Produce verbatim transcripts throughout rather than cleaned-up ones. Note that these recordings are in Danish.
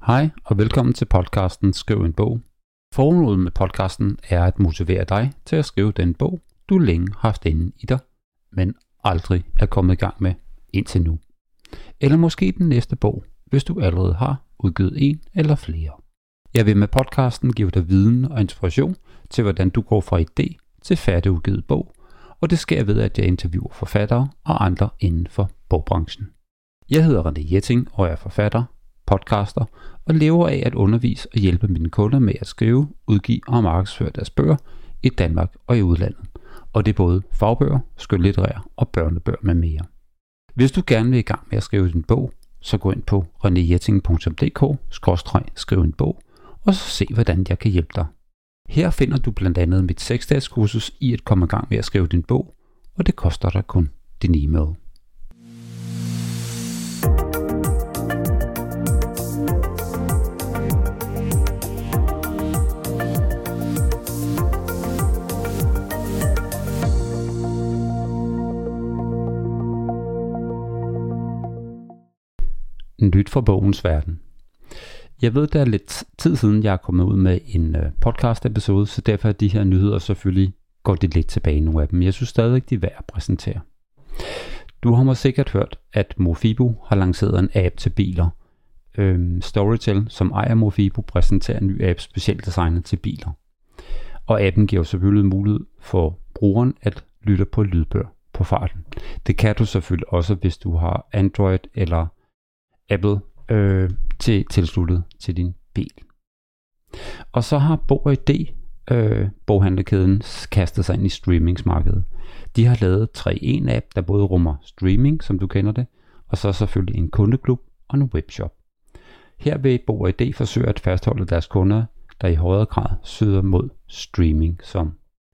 Hej og velkommen til podcasten Skriv en bog. Formålet med podcasten er at motivere dig til at skrive den bog, du længe har haft inde i dig, men aldrig er kommet i gang med indtil nu. Eller måske den næste bog, hvis du allerede har udgivet en eller flere. Jeg vil med podcasten give dig viden og inspiration til, hvordan du går fra idé til færdigudgivet bog, og det sker ved, at jeg interviewer forfattere og andre inden for bogbranchen. Jeg hedder René Jetting og er forfatter, podcaster og lever af at undervise og hjælpe mine kunder med at skrive, udgive og markedsføre deres bøger i Danmark og i udlandet. Og det er både fagbøger, skønlitterære og børnebøger med mere. Hvis du gerne vil i gang med at skrive din bog, så gå ind på renéjetting punktum d k skråstreg skriv en bog og så se, hvordan jeg kan hjælpe dig. Her finder du blandt andet mit seks-dages kursus i at komme i gang med at skrive din bog, og det koster dig kun din e-mail. Nyt fra bogens verden. Jeg ved, det er lidt tid siden, jeg er kommet ud med en podcast episode, så derfor er de her nyheder selvfølgelig går det lidt tilbage nogle af dem. Jeg synes stadig, de er værd at præsentere. Du har måske sikkert hørt, at Mofibo har lanceret en app til biler. Øhm, Storytel, som ejer Mofibo, præsenterer en ny app specielt designet til biler. Og appen giver selvfølgelig mulighed for brugeren at lytte på lydbøger på farten. Det kan du selvfølgelig også, hvis du har Android eller Apple øh, til tilsluttet til din bil. Og så har Bog og Idé, øh, boghandlerkæden, kastet sig ind i streamingsmarkedet. De har lavet tre i en app, der både rummer streaming, som du kender det, og så selvfølgelig en kundeklub og en webshop. Her vil Bog og Idé forsøge at fastholde deres kunder, der i højere grad søger mod streaming. Som.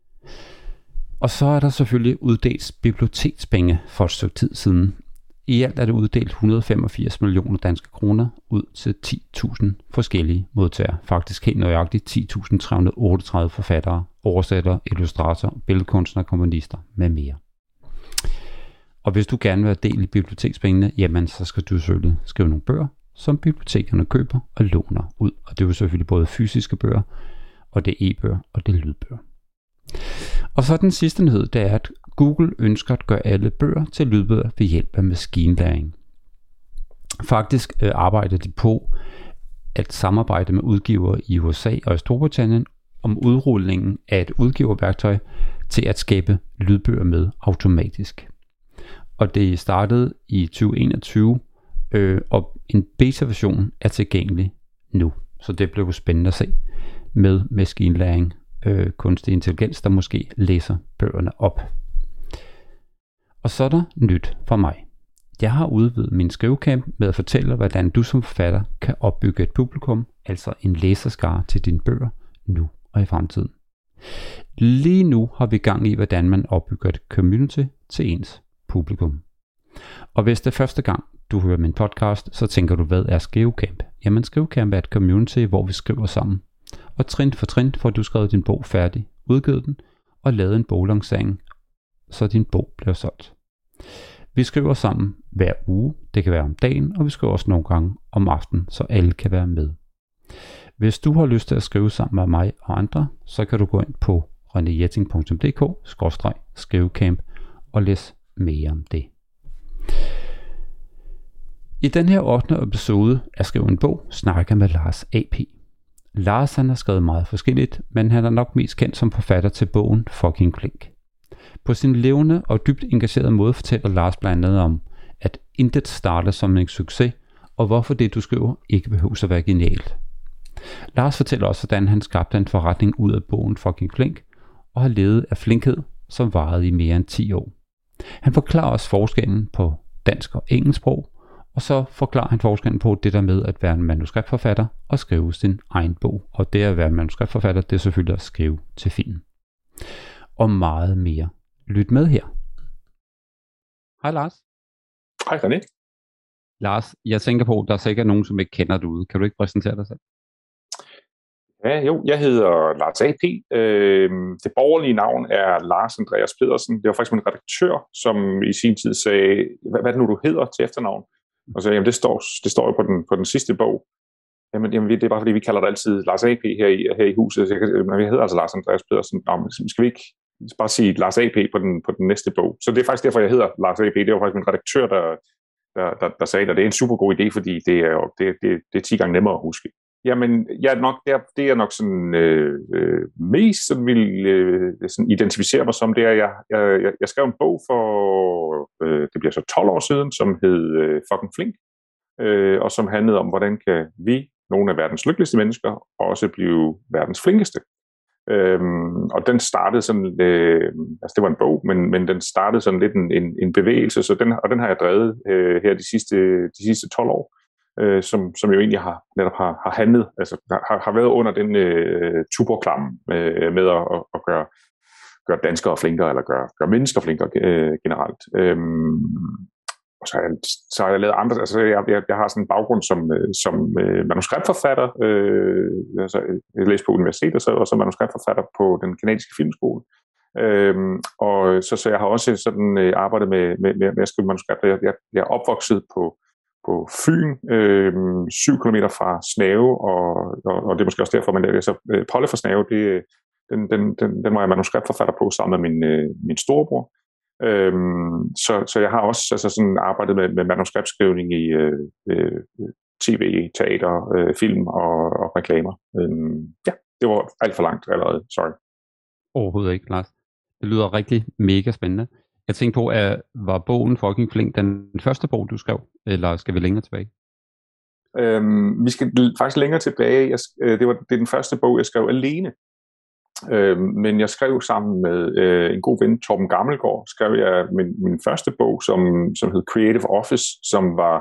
Og så er der selvfølgelig uddelt bibliotekspenge for et stykke tid siden. I alt er det uddelt et hundrede og femogfirs millioner danske kroner ud til ti tusind forskellige modtagere. Faktisk helt nøjagtigt ti tusind tre hundrede og otteogtredive forfattere, oversættere, illustratorer, billedkunstnere, komponister med mere. Og hvis du gerne vil have del i bibliotekspengene, jamen så skal du selvfølgelig skrive nogle bøger, som bibliotekerne køber og låner ud. Og det er jo selvfølgelig både fysiske bøger, og det er e-bøger, og det er lydbøger. Og så den sidste nyhed, det er, at Google ønsker at gøre alle bøger til lydbøger ved hjælp af maskinlæring. Faktisk øh, arbejder de på at samarbejde med udgivere i U S A og i Storbritannien om udrullingen af et udgiverværktøj til at skabe lydbøger med automatisk. Og det startede i tyve enogtyve, øh, og en beta-version er tilgængelig nu. Så det bliver spændende at se med maskinlæring. Øh, kunstig intelligens, der måske læser bøgerne op. Og så er der nyt for mig. Jeg har udvidet min skrivecamp med at fortælle, hvordan du som forfatter kan opbygge et publikum, altså en læserskare til dine bøger, nu og i fremtiden. Lige nu har vi gang i, hvordan man opbygger et community til ens publikum. Og hvis det er første gang, du hører min podcast, så tænker du, hvad er skrivecamp? Jamen skrivecamp er et community, hvor vi skriver sammen. Og trin for trin får du skrevet din bog færdig, udgivet den og lavet en boglancering, så din bog bliver solgt. Vi skriver sammen hver uge, det kan være om dagen, og vi skriver også nogle gange om aftenen, så alle kan være med. Hvis du har lyst til at skrive sammen med mig og andre, så kan du gå ind på renéjetting punktum d k skråstreg skrivecamp og læs mere om det. I den her ottende episode af Skriv en bog snakker jeg med Lars A P. Lars han har skrevet meget forskelligt, men han er nok mest kendt som forfatter til bogen Fucking Flink. På sin levende og dybt engagerede måde fortæller Lars blandt andet om, at intet starter som en succes, og hvorfor det du skriver ikke behøver at være genialt. Lars fortæller også, hvordan han skabte en forretning ud af bogen Fucking Flink, og har levet af flinkhed, som varede i mere end ti år. Han forklarer også forskellen på dansk og engelsk sprog, og så forklarer han forskellen på det der med at være en manuskriptforfatter og skrive sin egen bog. Og det at være en manuskriptforfatter, det er selvfølgelig at skrive til film. Og meget mere. Lyt med her. Hej Lars. Hej René. Lars, jeg tænker på, der er sikkert nogen, som ikke kender dig ude. Kan du ikke præsentere dig selv? Ja, jo, jeg hedder Lars A P. Øh, det borgerlige navn er Lars Andreas Pedersen. Det var faktisk min redaktør, som i sin tid sagde, hvad, hvad er det nu, du hedder til efternavn? Og så sagde, jamen det står, det står jo på den, på den sidste bog. Jamen, jamen, det er bare fordi, vi kalder det altid Lars A P her i, her i huset. Så jeg, jeg hedder altså Lars Andreas Pedersen. Nå, men skal vi ikke bare sige Lars A P på den, på den næste bog? Så det er faktisk derfor, jeg hedder Lars A P. Det var faktisk min redaktør, der, der, der, der sagde det. Det er en super god idé, fordi det er, det, det, det er ti gange nemmere at huske. Jamen, jeg er nok, det, er, det er nok sådan øh, øh, mest sådan vil øh, sådan identificere mig som, det er, jeg, jeg, jeg skrev en bog for, øh, det bliver så tolv år siden, som hed øh, Fucking Flink, øh, og som handlede om, hvordan kan vi, nogle af verdens lykkeligste mennesker, også blive verdens flinkeste. Øhm, og den startede sådan, øh, altså det var en bog, men, men den startede sådan lidt en, en, en bevægelse, så den, og den har jeg drevet øh, her de sidste, de sidste tolv år. Øh, som, som jo egentlig har, netop har, har handlet, altså har, har været under den øh, tuborklam øh, med at, at, at gøre, gøre danskere flinkere, eller gøre, gøre mennesker flinkere øh, generelt. Øhm, og så har, jeg, så har jeg lavet andre, altså jeg, jeg, jeg har sådan en baggrund som, som øh, manuskriptforfatter, øh, altså jeg læste på universitetet, og så manuskriptforfatter på den kanadiske filmskole. Øhm, og så, så jeg har også sådan øh, arbejdet med, med, med at skrive manuskripter. Jeg, jeg, jeg er opvokset på på Fyn, øh, syv kilometer fra Snave, og, og, og det er måske også derfor, man læser øh, Polle fra Snave, det, den, den, den, den var jeg manuskriptforfatter på sammen med min, øh, min storebror. Øh, så, så jeg har også altså sådan arbejdet med, med manuskriptskrivning i øh, øh, tv, teater, øh, film og, og reklamer. Øh, ja, det var alt for langt allerede, sorry. Overhovedet ikke, Lars. Det lyder rigtig mega spændende. Jeg tænkte på, at var bogen Fucking Flink den første bog, du skrev, eller skal vi længere tilbage? Øhm, vi skal faktisk længere tilbage. Jeg, det, var, det er den første bog, jeg skrev alene. Øhm, men jeg skrev sammen med øh, en god ven, Torben Gammelgaard, skrev jeg min, min første bog, som, som hed Creative Office, som var,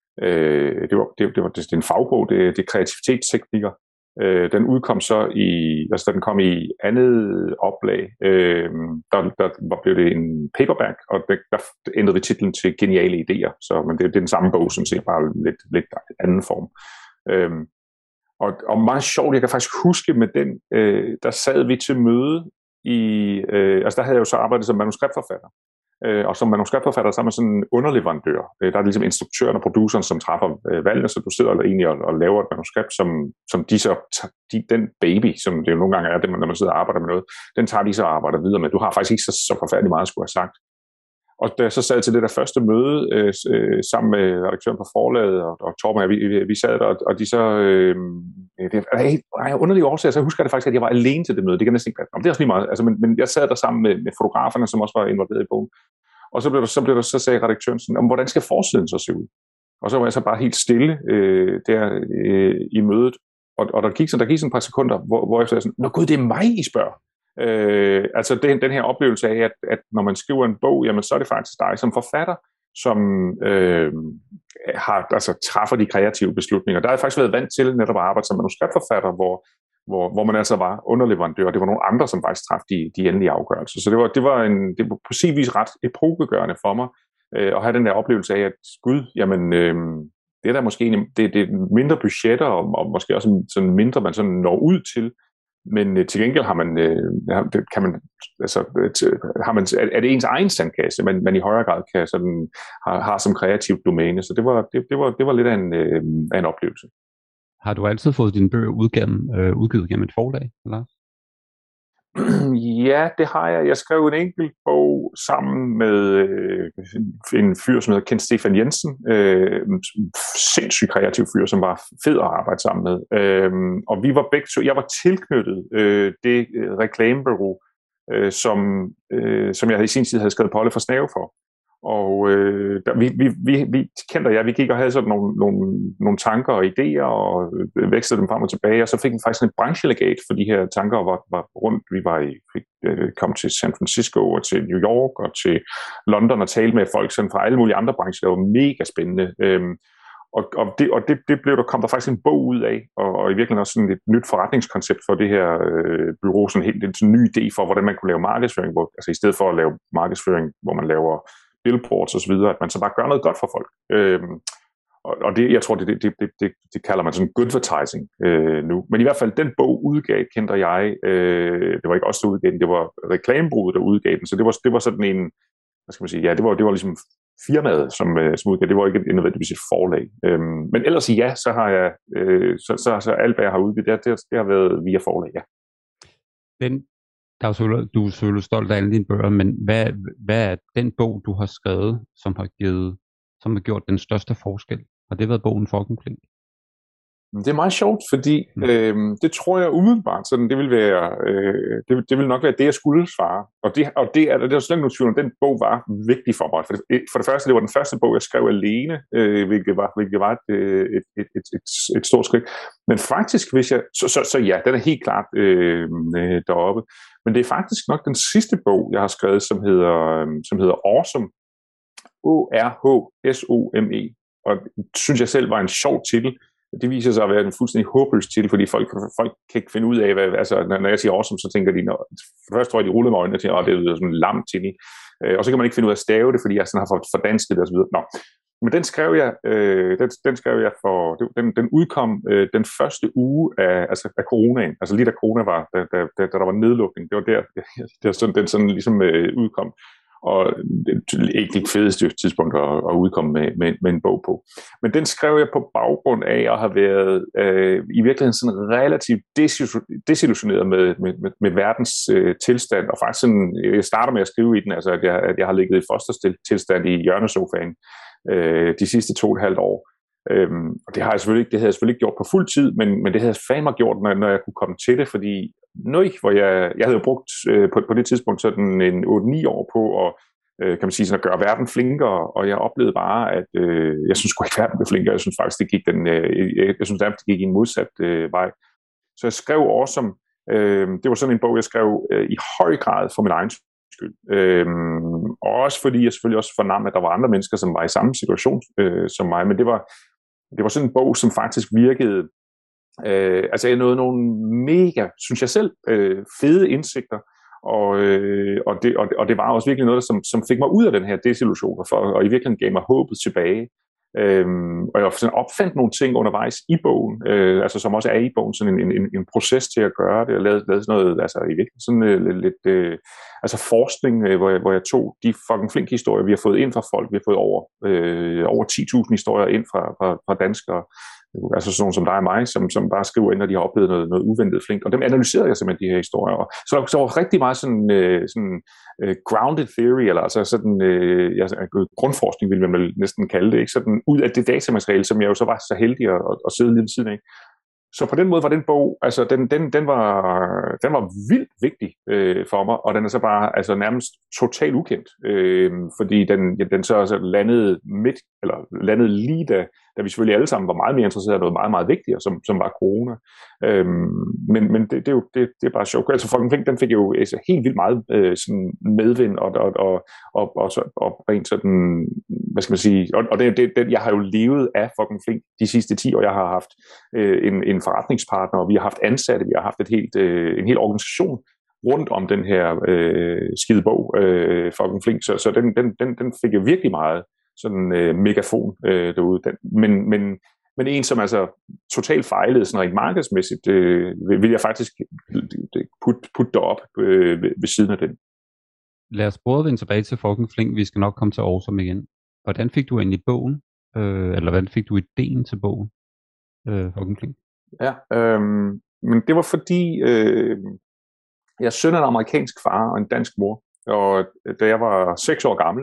øh, det var, det, det var det, det er en fagbog, det, det er kreativitetsteknikker. Øh, den udkom så i, altså da den kom i andet oplag, øh, der, der blev det en paperback, og der, der ændrede vi titlen til Geniale Idéer, så men det, det er den samme bog, som siger bare lidt, lidt anden form. Øh, og, og meget sjovt, jeg kan faktisk huske med den, øh, der sad vi til møde i, øh, altså der havde jeg jo så arbejdet som manuskriptforfatter. Øh, og som manuskriptforfatter sammen med sådan en underleverandør. Øh, der er ligesom instruktøren og produceren, som træffer øh, valgene, så du sidder egentlig og, og laver et manuskript, som, som de så, de, den baby, som det jo nogle gange er, det, når man sidder og arbejder med noget, den tager de så og arbejder videre med. Du har faktisk ikke så, så forfærdeligt meget at skulle have sagt. Og da jeg så sad til det der første møde, øh, sammen med redaktøren på forlaget, og, og Torben og jeg, vi, vi sad der, og, og de så, øh, det er helt underlige årsager, så jeg husker det faktisk, at jeg var alene til det møde. Det kan næsten ikke være. Det er også lige meget. Altså, men, men jeg sad der sammen med, med fotograferne, som også var involveret i bogen. Og så blev der så, blev der, så sagde redaktøren sådan, hvordan skal forsiden så se ud? Og så var jeg så bare helt stille øh, der øh, i mødet. Og, og der gik sådan, der gik sådan et par sekunder, hvor, hvor jeg sagde sådan, nå gud, det er mig, I spørger. Øh, altså den, den her oplevelse af, at, at når man skriver en bog, jamen så er det faktisk dig som forfatter, som øh, har, altså, træffer de kreative beslutninger. Der har jeg faktisk været vant til netop at arbejde som manuskriptforfatter, hvor, hvor, hvor man altså var underleverandør, og det var nogle andre, som faktisk træffede de, de endelige afgørelser. Så det var, det var, en, det var på sin vis ret epokegørende for mig, øh, at have den der oplevelse af, at gud, jamen, øh, det er der måske en, det, det er mindre budgetter, og, og måske også sådan mindre, man sådan når ud til. Men øh, til gengæld har man, øh, kan man, altså, øh, har man, er det ens egen sandkasse, man, man i højere grad kan sådan, har, har som kreativt domæne. Så det var, det, det var, det var lidt af en, øh, af en oplevelse. Har du altid fået dine bøger udgivet, øh, udgivet gennem et forlag, eller? Ja, det har jeg. Jeg skrev en enkelt bog sammen med øh, en fyr, som hedder Kent Stefan Jensen. Øh, sindssygt kreativ fyr, som var fed at arbejde sammen med. Øh, og vi var begge to, jeg var tilknyttet øh, det øh, reklamebureau, øh, som, øh, som jeg i sin tid havde skrevet Polle fra Snave for. Og øh, der, vi, vi, vi, vi kendte jeg, vi gik og havde sådan nogle, nogle, nogle tanker og idéer og vækstede dem frem og tilbage, og så fik vi faktisk en branchelegat for de her tanker, og var, var rundt. Vi var i, fik, kom til San Francisco og til New York og til London og talte med folk sådan fra alle mulige andre brancher. Det var mega spændende. Øhm, og og, det, og det, det blev der, kom der faktisk en bog ud af, og, og i virkeligheden også sådan et nyt forretningskoncept for det her øh, bureau, sådan helt en sådan ny idé for, hvordan man kunne lave markedsføring, hvor, altså i stedet for at lave markedsføring, hvor man laver billboards og så videre, at man så bare gør noget godt for folk. Øhm, og, og det, jeg tror, det, det, det, det, det kalder man sådan goodvertising øh, nu. Men i hvert fald, den bog udgav, kendte jeg, øh, det var ikke os, der udgav den, det var reklamebureauet, der udgav den, så det var, det var sådan en, hvad skal man sige, ja, det var, det var ligesom firmaet, som, øh, som udgav. Det var ikke nødvendigvis et forlag. Øhm, men ellers ja, så har jeg, øh, så, så, så alt hvad jeg har udgivet, det, det, det har været via forlag, ja. Den, der er jo du er selvfølgelig stolt af alle dine bøger, men hvad, hvad er den bog, du har skrevet, som har givet, som har gjort den største forskel? Har det været bogen Froggenklint? Det er meget sjovt, fordi mm. øh, det tror jeg umiddelbart, sådan, det vil være, øh, det, det vil nok være det, jeg skulle svare. Og det, og det er det er slet ikke nogen tvivl om, den bog var vigtig for mig. For det, for det første, det var den første bog, jeg skrev alene, øh, hvilket var, hvilket var et, et, et, et, et, et stort skridt. Men faktisk, hvis jeg, så, så, så ja, den er helt klart øh, deroppe. Men det er faktisk nok den sidste bog, jeg har skrevet, som hedder, som hedder Awesome. O R H S O M E. Og det synes jeg selv var en sjov titel. Det viser sig at være en fuldstændig håbløs titel, fordi folk, folk kan ikke finde ud af, hvad, altså når jeg siger awesome, så tænker de, når, for først tror jeg, de ruller med øjnene til, at det er sådan en lam titel. Øh, og så kan man ikke finde ud af at stave det, fordi jeg sådan har fået fordansket det og så videre. Nå. Men den skrev jeg, øh, den, den skrev jeg for, den, den udkom øh, den første uge af, altså af coronaen, altså lige da corona var, da, da, da, da der var nedlukning, det var der, det var sådan, den sådan ligesom øh, udkom. Og det er ikke det fedeste tidspunkt at, at udkomme med, med, med en bog på. Men den skrev jeg på baggrund af at have været øh, i virkeligheden sådan relativt desillusioneret med, med, med, med verdens øh, tilstand. Og faktisk sådan, jeg starter med at skrive i den, altså at jeg, at jeg har ligget i fostertilstand i hjørnesofaen øh, de sidste to og et halvt år. Øhm, og det har jeg selvfølgelig ikke, det havde jeg selvfølgelig ikke gjort på fuld tid, men, men det havde jeg fandme gjort, når, når jeg kunne komme til det, fordi nøj, hvor jeg, jeg havde jo brugt øh, på, på det tidspunkt sådan en otte ni år på at, øh, kan man sige, sådan at gøre verden flinkere, og jeg oplevede bare, at øh, jeg synes sgu ikke, verden blev flinkere, jeg synes faktisk, det gik den, øh, jeg, jeg synes nærmest, det gik i en modsat øh, vej. Så jeg skrev Awesome, øh, det var sådan en bog, jeg skrev øh, i høj grad for min egen skyld. Øhm, og også fordi jeg selvfølgelig også fornam, at der var andre mennesker, som var i samme situation øh, som mig, men det var Det var sådan en bog, som faktisk virkede, øh, altså jeg nåede nogle mega, synes jeg selv, øh, fede indsigter, og, øh, og, det, og, og det var også virkelig noget, som, som fik mig ud af den her desillusion, og, for, og i virkeligheden gav mig håbet tilbage. Øhm, og jeg opfandt nogle ting undervejs i bogen, øh, altså som også er i bogen, sådan en, en, en proces til at gøre det, og lavede, lavede sådan noget, altså i virkeligheden sådan øh, lidt, lidt øh, altså forskning, øh, hvor, jeg, hvor jeg tog de fucking flink historier, vi har fået ind fra folk, vi har fået over, øh, over ti tusind historier ind fra, fra, fra danskere, altså sådan nogle som dig og mig, som, som bare skriver ind, når de har oplevet noget, noget uventet flink, og dem analyserede jeg simpelthen de her historier, og så der, så var rigtig meget sådan, øh, sådan uh, grounded theory, eller altså sådan øh, ja, grundforskning, ville man vel næsten kalde det, ikke? Sådan ud af det datamateriale, som jeg jo så var så heldig at, at, at sidde lige ved siden af. Så på den måde var den bog, altså den, den, den, var, den var vildt vigtig øh, for mig, og den er så bare altså nærmest totalt ukendt, øh, fordi den, ja, den så altså landede midt, eller landede lige da, da vi selvfølgelig alle sammen var meget mere interesserede i noget meget, meget vigtigere, som, som var corona. Øh, men men det, det, er jo, det, det er bare sjovt. Altså Froggenklint, den fik jo altså, helt vildt meget øh, sådan medvind, og, og, og, og, og, så, og rent sådan, hvad skal man sige, og, og det, det, det, jeg har jo levet af Froggenklint de sidste ti år. Jeg har haft øh, en, en forretningspartner, og vi har haft ansatte, vi har haft et helt, øh, en hel organisation rundt om den her øh, skide bog, øh, Froggenklint, så, så den, den, den, den fik jo virkelig meget sådan øh, megafon øh, derude. Den, men, men, men en, som altså totalt fejlede sådan rent markedsmæssigt, øh, vil jeg faktisk putte put derop øh, ved, ved siden af den. Lad os både vende tilbage til Froggenklint, vi skal nok komme til Awesome igen. Hvordan fik du egentlig bogen, øh, eller hvordan fik du ideen til bogen, øh, Froggenklint? Ja, øh, men det var fordi, øh, jeg er søn af en amerikansk far og en dansk mor, og da jeg var seks år gammel,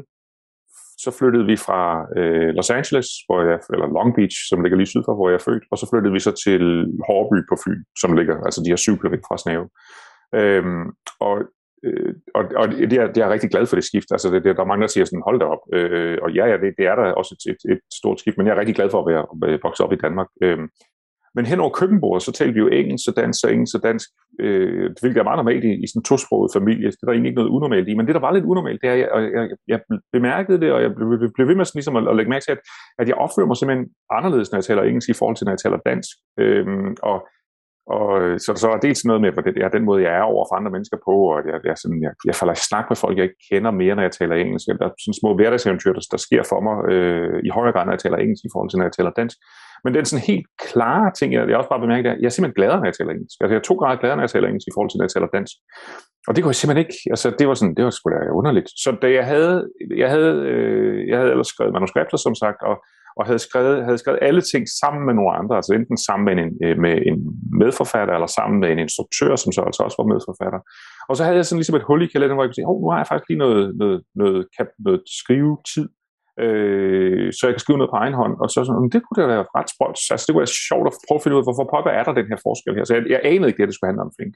så flyttede vi fra øh, Los Angeles, hvor jeg, eller Long Beach, som ligger lige syd for, hvor jeg er født, og så flyttede vi så til Hårby på Fyn, som ligger, altså de her syv kilometer fra Snave. Øhm, og øh, og, og det, er, det er jeg rigtig glad for det skift, altså det, det, der er mange, der siger sådan, hold da op, øh, og ja, ja det, det er der også et, et, et stort skift, men jeg er rigtig glad for at være vokset op i Danmark. Øhm, Men hen over køkkenbordet, så talte vi jo engelsk og dansk og engelsk og dansk, øh, hvilket er meget normalt i, i sådan en tosproget familie. Det er der egentlig ikke noget unormalt i, men det, der var lidt unormalt, det er, at jeg, jeg, jeg bemærkede det, og jeg blev, blev ved med sådan, ligesom at, at lægge mærke til, at, at jeg opfører mig simpelthen anderledes, når jeg taler engelsk i forhold til, når jeg taler dansk. Øhm, og, og så, så er der dels noget med, at det er den måde, jeg er over for andre mennesker på, og jeg, jeg, sådan, jeg, jeg falder i snak med folk, jeg ikke kender mere, når jeg taler engelsk. Der er sådan små hverdagseventyr, der, der sker for mig øh, i højere grad, når jeg taler engelsk i forhold til, når jeg taler dansk. Men den sådan helt klare ting, jeg, jeg også bare bemærket, at jeg er simpelthen gladere, når jeg taler engelsk. Altså, jeg er to grader gladere, når jeg taler engelsk i forhold til, når jeg taler dansk. Og det kunne jeg simpelthen ikke, altså det var sådan, det var sgu da underligt. Så da jeg havde, jeg havde, øh, jeg havde ellers skrevet manuskripter, som sagt, og, og havde, skrevet, havde skrevet alle ting sammen med nogle andre, altså enten sammen med en, med en medforfatter, eller sammen med en instruktør, som så altså også var medforfatter. Og så havde jeg sådan ligesom et hul i kalenderen, hvor jeg kunne sige, åh, nu har jeg faktisk lige noget, noget, noget, noget, noget skrivetid, Øh, så jeg kan skrive noget på egen hånd, og så sådan, det kunne da være ret spøjt. Altså, det kunne være sjovt at prøve at finde ud af, hvorfor pokker er der den her forskel her. Så jeg, jeg anede ikke, at det skulle handle om Flink.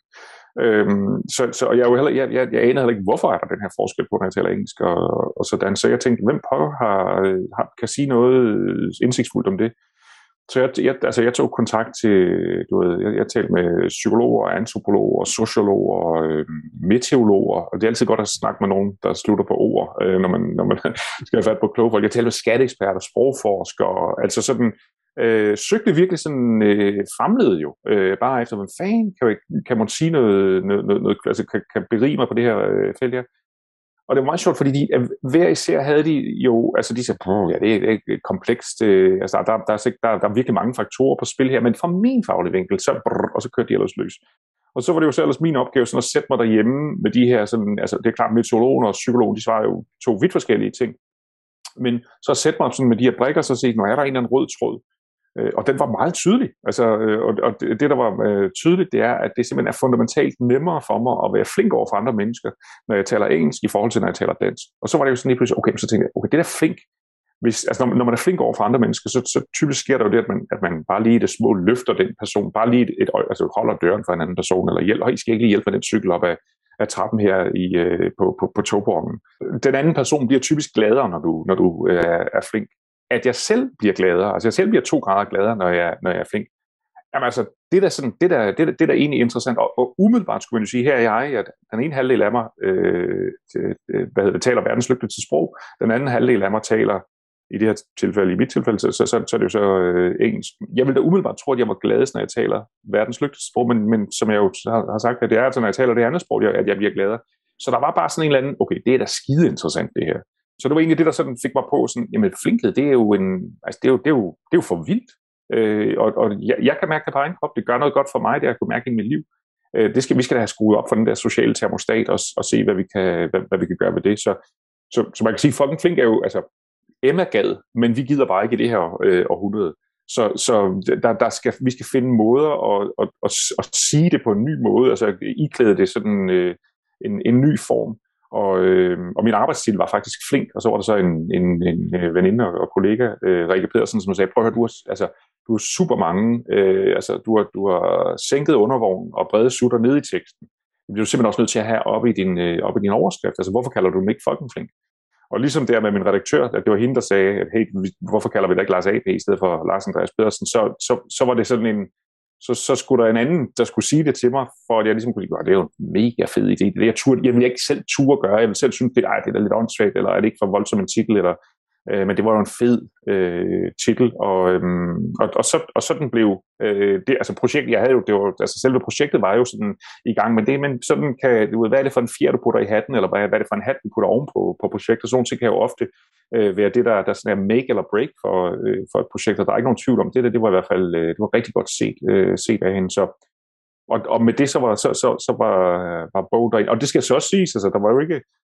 Øhm, så, så og jeg, jo heller, jeg, jeg, jeg anede heller ikke, hvorfor er der den her forskel på, når jeg taler engelsk og, og sådan. Så jeg tænkte, hvem pokker har, har, kan sige noget indsigtsfuldt om det? Så jeg, jeg, altså jeg tog kontakt til, du ved, jeg, jeg talte med psykologer, antropologer, sociologer og øh, meteorologer, og det er altid godt at snakke med nogen, der slutter på ord, øh, når, man, når man skal have fat på kloge folk. Jeg talte med skatteeksperter, sprogforskere, altså sådan, øh, søgte virkelig sådan, øh, famlede jo, øh, bare efter, hvad fanden kan, kan man sige noget, noget, noget, noget altså kan, kan berige mig på det her øh, felt her. Og det var meget sjovt, fordi de, hver især havde de jo, altså de sagde, ja, det er, det er komplekst, øh, altså der, der, der, der, der er virkelig mange faktorer på spil her, men fra min faglige vinkel, så brrr, og så kørte de ellers løs. Og så var det jo så ellers min opgave sådan at sætte mig derhjemme med de her, sådan, altså det er klart, meteorologen og psykologen, de svarer jo to vidt forskellige ting, men så sætte mig sådan med de her brikker, så sige, når er der en eller anden rød tråd, og den var meget tydelig. Altså, og det, der var tydeligt, det er, at det simpelthen er fundamentalt nemmere for mig at være flink over for andre mennesker, når jeg taler engelsk, i forhold til, når jeg taler dansk. Og så var det jo sådan lige pludselig, okay, så tænkte jeg, okay, det der flink, hvis, altså når, når man er flink over for andre mennesker, så, så typisk sker der jo det, at man, at man bare lige det små løfter den person, bare lige et, et altså holder døren for en anden person, eller hjælper, I skal ikke lige hjælpe med den cykel op af, af trappen her i, på, på, på togperronen. Den anden person bliver typisk gladere, når du, når du er, er flink. At jeg selv bliver gladere, altså jeg selv bliver to grader gladere, når jeg, når jeg er flink. Jamen altså, det der, sådan, det der, det der, det der egentlig interessant, og, og umiddelbart skulle man jo sige, her er jeg, at den ene halvdel af mig øh, hvad hedder det, taler verdens lykkeligste sprog, den anden halvdel af mig taler, i det her tilfælde, i mit tilfælde, så, så, så, så er det jo så øh, engelsk. Jeg vil da umiddelbart tro, at jeg var gladest, når jeg taler verdens lykkeligste sprog, men, men som jeg jo har, har sagt, at det er altså, når jeg taler det andet sprog, at jeg bliver gladere. Så der var bare sådan en eller anden, okay, det er da skide interessant det her. Så det var egentlig det, der sådan fik mig på, sådan, jamen flinkhed, det er jo en, altså det er jo, det er jo, det er jo for vildt. Øh, og og jeg, jeg kan mærke det på egen krop, det gør noget godt for mig, det jeg kunne mærke i mit liv. Øh, det skal, vi skal da have skruet op for den der sociale termostat, og, og se, hvad vi, kan, hvad, hvad vi kan gøre ved det. Så, så, så man kan sige, fucking flink er jo, altså, Emma gad, men vi gider bare ikke i det her øh, århundrede. Så, så der, der skal, vi skal finde måder at, at, at, at sige det på en ny måde, altså iklæde det sådan øh, en, en ny form. Og, øh, og min arbejdsstil var faktisk flink, og så var der så en, en, en veninde og kollega, øh, Rikke Pedersen, som sagde, prøv at høre, du har, altså, du har super mange, øh, altså du har, du har sænket undervognen og brede sutter ned i teksten. Det bliver du simpelthen også nødt til at have oppe i din, øh, op i din overskrift, altså hvorfor kalder du dem ikke fucking flink? Og ligesom der med min redaktør, at det var hende, der sagde, at hey, hvorfor kalder vi da ikke Lars A P i stedet for Lars Andreas Pedersen, så, så, så var det sådan en, Så, så skulle der en anden, der skulle sige det til mig, for at jeg ligesom kunne sige, det er jo en mega fed idé. Det jeg, turde, jeg ville ikke selv turde gøre. Jeg ville selv synes, det, ej, det er lidt åndssvagt, eller er det ikke for voldsom en titel, eller, øh, men det var jo en fed øh, titel. Og, øh, og, og, så, og sådan blev øh, det, altså projektet, jeg havde jo, det var, altså selve projektet var jo sådan i gang med det, men sådan kan, du ved, hvad er det for en fjer, du putter i hatten, eller hvad, hvad er det for en hat, du putter oven på, på projektet. Sådan ting kan jo ofte øh, være det, der, der sådan er make eller break for, øh, for et projekt, og der er ikke nogen tvivl om det, det var i hvert fald, øh, det var rigtig godt set, øh, set af hende, så og, og med det så var, så, så, så var, var Bo derind, og det skal så også siges, altså der var jo ikke,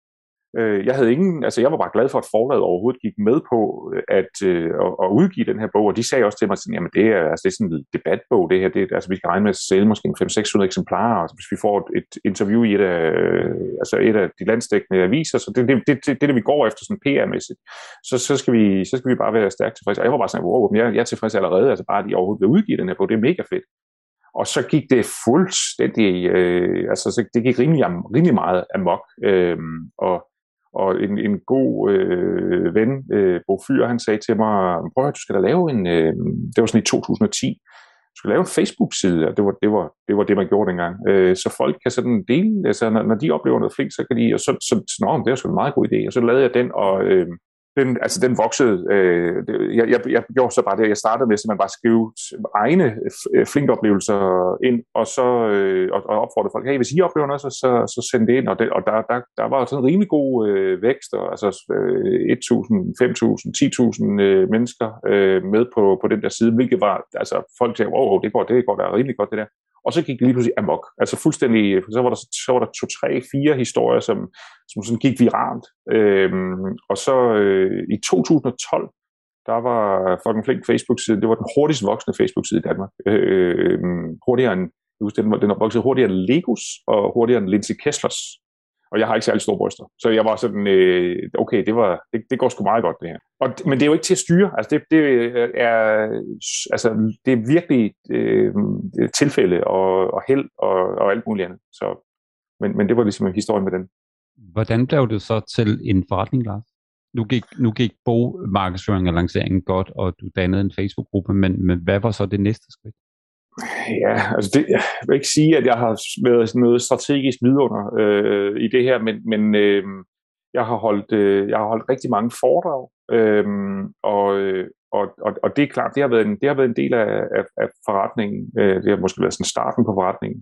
øh, jeg havde ingen, altså jeg var bare glad for, at forlaget overhovedet gik med på at, øh, at, at udgive den her bog, og de sagde også til mig sådan, jamen det er, altså, det er sådan en debatbog, det her, det, altså vi skal regne med at sælge måske fem til seks hundrede eksemplarer, altså, hvis vi får et, et interview i et af, altså et af de landsdækkende aviser, så det er det, det, det, det, det, vi går efter sådan P R-mæssigt, så, så, skal vi, så skal vi bare være stærkt tilfredse, og jeg var bare sådan, wow, jeg, jeg er tilfreds allerede, altså bare at de overhovedet vil udgive den her bog, det er mega fedt. Og så gik det fuldstændig, øh, altså så det gik rimelig, rimelig meget amok, øh, og, og en, en god øh, ven, øh, Bo Fyr, han sagde til mig, prøv at høre, du skal da lave en, øh, det var sådan i to tusind og ti, du skal lave en Facebook-side, og det var det, var, det, var det man gjorde dengang, øh, så folk kan sådan dele, altså når, når de oplever noget flink, så kan de, og så, så, så nå, det er sgu en meget god idé, og så lavede jeg den, og øh, Den, altså den voksede, øh, jeg, jeg, jeg gjorde så bare det, jeg startede med simpelthen bare at skrive egne flinkoplevelser ind, og så øh, og, og opfordrede folk, hey, hvis I oplever noget, så, så, så send det ind, og, det, og der, der, der var sådan en rimelig god øh, vækst, og, altså øh, tusind, fem tusind, ti tusind øh, mennesker øh, med på, på den der side, hvilket var, altså folk sagde, wow, det går, det går da rimelig godt det der, Og så gik det lige pludselig amok. Altså fuldstændig, så var der, så var der to, tre, fire historier, som, som sådan gik viralt. Øhm, og så øh, i to tusind og tolv, der var fucking flink Facebook-side, det var den hurtigst voksende Facebook-side i Danmark. Øh, hurtigere end, jeg husker, den, den var vokset hurtigere end Legos, og hurtigere end Lindsay Kesslers. Og jeg har ikke særlig store bryster. Så jeg var sådan, øh, okay, det, var, det, det går sgu meget godt, det her. Og, men det er jo ikke til at styre. Altså, det, det, er, altså, det er virkelig øh, tilfælde og, og held og, og alt muligt andet. Så, men, men det var ligesom historien med den. Hvordan blev det så til en forretning, Lars? Nu gik, nu gik bogmarkedsføring og lanceringen godt, og du dannede en Facebook-gruppe, men, men hvad var så det næste skridt? Ja, altså det, jeg vil ikke sige, at jeg har været sådan noget strategisk vidunder øh, i det her, men, men øh, jeg, har holdt, øh, jeg har holdt rigtig mange foredrag, øh, og, og, og, og det er klart, det har været en, det har været en del af, af, af forretningen. Øh, det har måske været sådan starten på forretningen.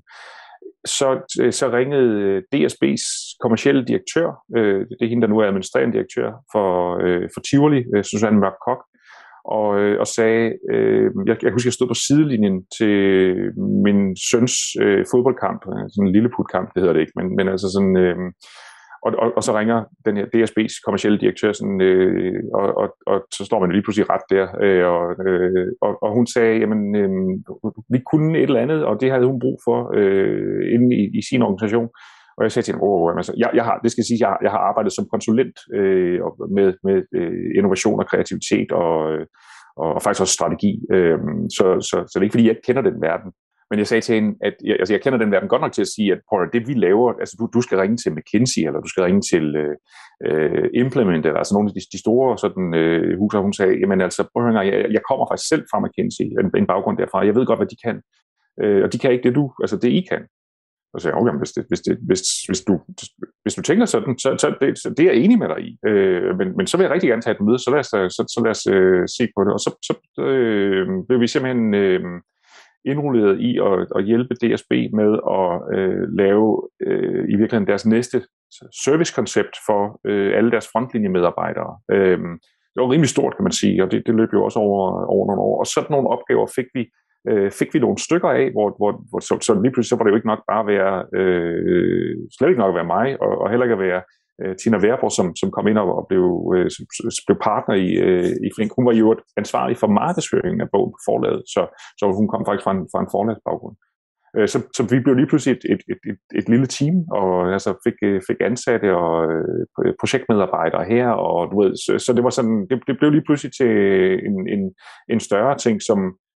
Så, så ringede D S B's kommercielle direktør, øh, det er hende, der nu er administrerende direktør for, øh, for Tivoli, øh, Susanne Mørk Kok, og, og sagde, øh, jeg, jeg husker, jeg stod på sidelinjen til min søns øh, fodboldkamp, sådan en lille putkamp, det hedder det ikke, men, men altså sådan, øh, og, og, og så ringer den her D S B's kommercielle direktør, sådan, øh, og, og, og så står man lige pludselig ret der, øh, og, øh, og, og hun sagde, jamen, øh, vi kunne et eller andet, og det havde hun brug for øh, inde i, i sin organisation. Og jeg sagde til hende, oh, altså, jeg, jeg har, det skal sige, jeg har, jeg har arbejdet som konsulent øh, med, med øh, innovation og kreativitet og, øh, og faktisk også strategi. Øh, så, så, så det er ikke, fordi jeg ikke kender den verden. Men jeg sagde til hende, at jeg, altså, jeg kender den verden godt nok til at sige, at Paul, det vi laver, altså du, du skal ringe til McKinsey, eller du skal ringe til øh, Implement, eller altså nogle af de, de store sådan, øh, huser. Hun sagde, jamen altså, prøv at høre, jeg, jeg kommer faktisk selv fra McKinsey, en, en baggrund derfra. Jeg ved godt, hvad de kan. Øh, og de kan ikke det, du, altså det I kan. Og så sagde jeg, okay, hvis, det, hvis, det, hvis, hvis, du, hvis du tænker sådan, så, så, det, så det er jeg enig med dig i. Øh, men, men så vil jeg rigtig gerne tage et møde, så lad os, så, så lad os øh, se på det. Og så, så øh, blev vi simpelthen øh, indrulleret i at, at hjælpe D S B med at øh, lave øh, i virkeligheden deres næste servicekoncept for øh, alle deres frontlinjemedarbejdere. Øh, det var rimelig stort, kan man sige, og det, det løb jo også over, over nogle år. Og sådan nogle opgaver fik vi Øh, fik vi nogle stykker af, hvor, hvor, hvor så, så lige pludselig så var det jo ikke nok bare at være, øh, slet ikke nok at være mig, og, og heller ikke at være øh, Tina Værborg, som, som kom ind og, og blev, øh, blev partner i, øh, i Flink. Hun var jo ansvarlig for markedsføringen af bogen på forlaget, så, så hun kom faktisk fra en, fra en forlagsbaggrund. Øh, så, så vi blev lige pludselig et, et, et, et, et lille team, og altså fik, fik ansatte og øh, projektmedarbejdere her, og du ved, så, så det var sådan, det, det blev lige pludselig til en, en, en større ting, som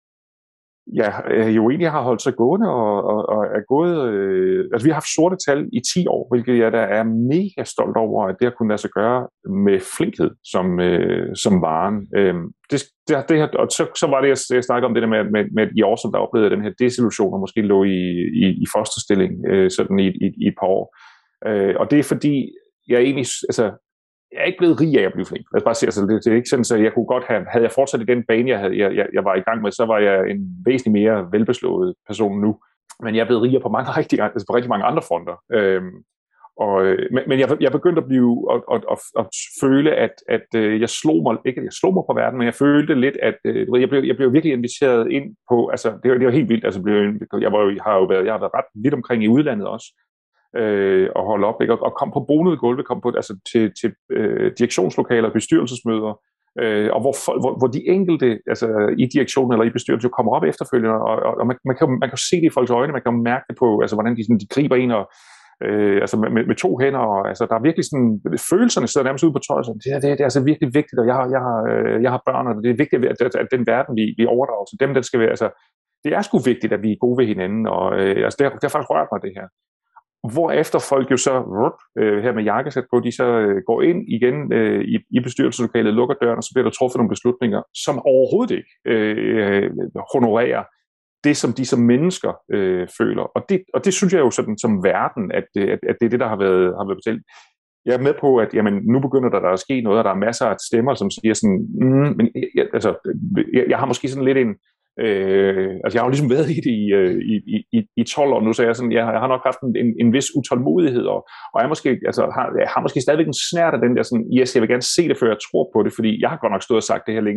ja, jo egentlig har holdt sig gående og, og, og er gået. Øh, altså vi har haft sorte tal i ti år, hvilket jeg da er mega stolt over, at det har kunnet lade sig gøre med flinkhed som, øh, som varen. Øh, det, det, det her, og så, så var det, jeg, jeg snakkede om det der med, med, med i år, som der oplevede den her desillusion, og måske lå i, i, i fosterstilling øh, sådan i, i, i et par år. Øh, og det er fordi, jeg egentlig, altså, jeg er ikke blevet rig af at blive flink. Lad os bare sige, altså, det, det er ikke sådan, at jeg kunne godt have, havde jeg fortsat i den bane, jeg, havde, jeg, jeg, jeg var i gang med, så var jeg en væsentlig mere velbeslået person nu. Men jeg er blevet rigere på mange rigtig, altså på rigtig mange andre fronter. Øhm, og, men men jeg, jeg begyndte at blive og, og, og, og føle, at, at jeg slog mig, ikke at jeg slog mig på verden, men jeg følte lidt, at jeg blev, jeg blev virkelig inviteret ind på, altså det var, det var helt vildt, altså blev, jeg var, har jo været, jeg har været ret vidt omkring i udlandet også. Øh, og holde op, ikke? Og, og kom på bonede gulve, kom på, altså til, til øh, direktionslokaler, bestyrelsesmøder, øh, og hvor, hvor, hvor de enkelte, altså i direktionen eller i bestyrelsen, kommer op efterfølgende, og, og, og man, man, kan, man kan se det i folks øjne, man kan mærke det på, altså hvordan de, sådan, de griber en, og, øh, altså med, med to hænder, og altså der er virkelig sådan, følelserne sidder nærmest ude på tøjet, det, det, det er altså virkelig vigtigt, og jeg har, jeg har, øh, jeg har børn, og det er vigtigt, at, at den verden, vi, vi overdrager til dem, den skal være, altså det er sgu vigtigt, at vi er gode ved hinanden, og øh, altså det, har, det har faktisk rørt mig, det her. Hvorefter folk jo så, øh, her med jakkesæt på, de så øh, går ind igen øh, i, i bestyrelseslokalet, lukker døren, og så bliver der truffet nogle beslutninger, som overhovedet ikke øh, honorerer det, som de som mennesker øh, føler. Og det, og det synes jeg jo sådan som verden, at, at, at det er det, der har været, har været betalt. Jeg er med på, at jamen, nu begynder der, der at ske noget, og der er masser af stemmer, som siger sådan, mm, men jeg, altså, jeg, jeg har måske sådan lidt en, Øh, altså jeg har jo ligesom været i det i, i, i, i tolv år nu, så jeg, sådan, jeg, jeg har nok haft en, en vis utålmodighed, og, og jeg, måske, altså, har, jeg har måske stadigvæk en snært af den der sådan, yes, jeg vil gerne se det, før jeg tror på det, fordi jeg har godt nok stået og sagt det her længe,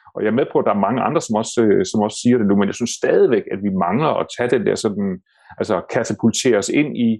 Og jeg er med på, at der er mange andre, som også, som også siger det nu, men jeg synes stadigvæk, at vi mangler at tage den der sådan, altså katapultere os ind i,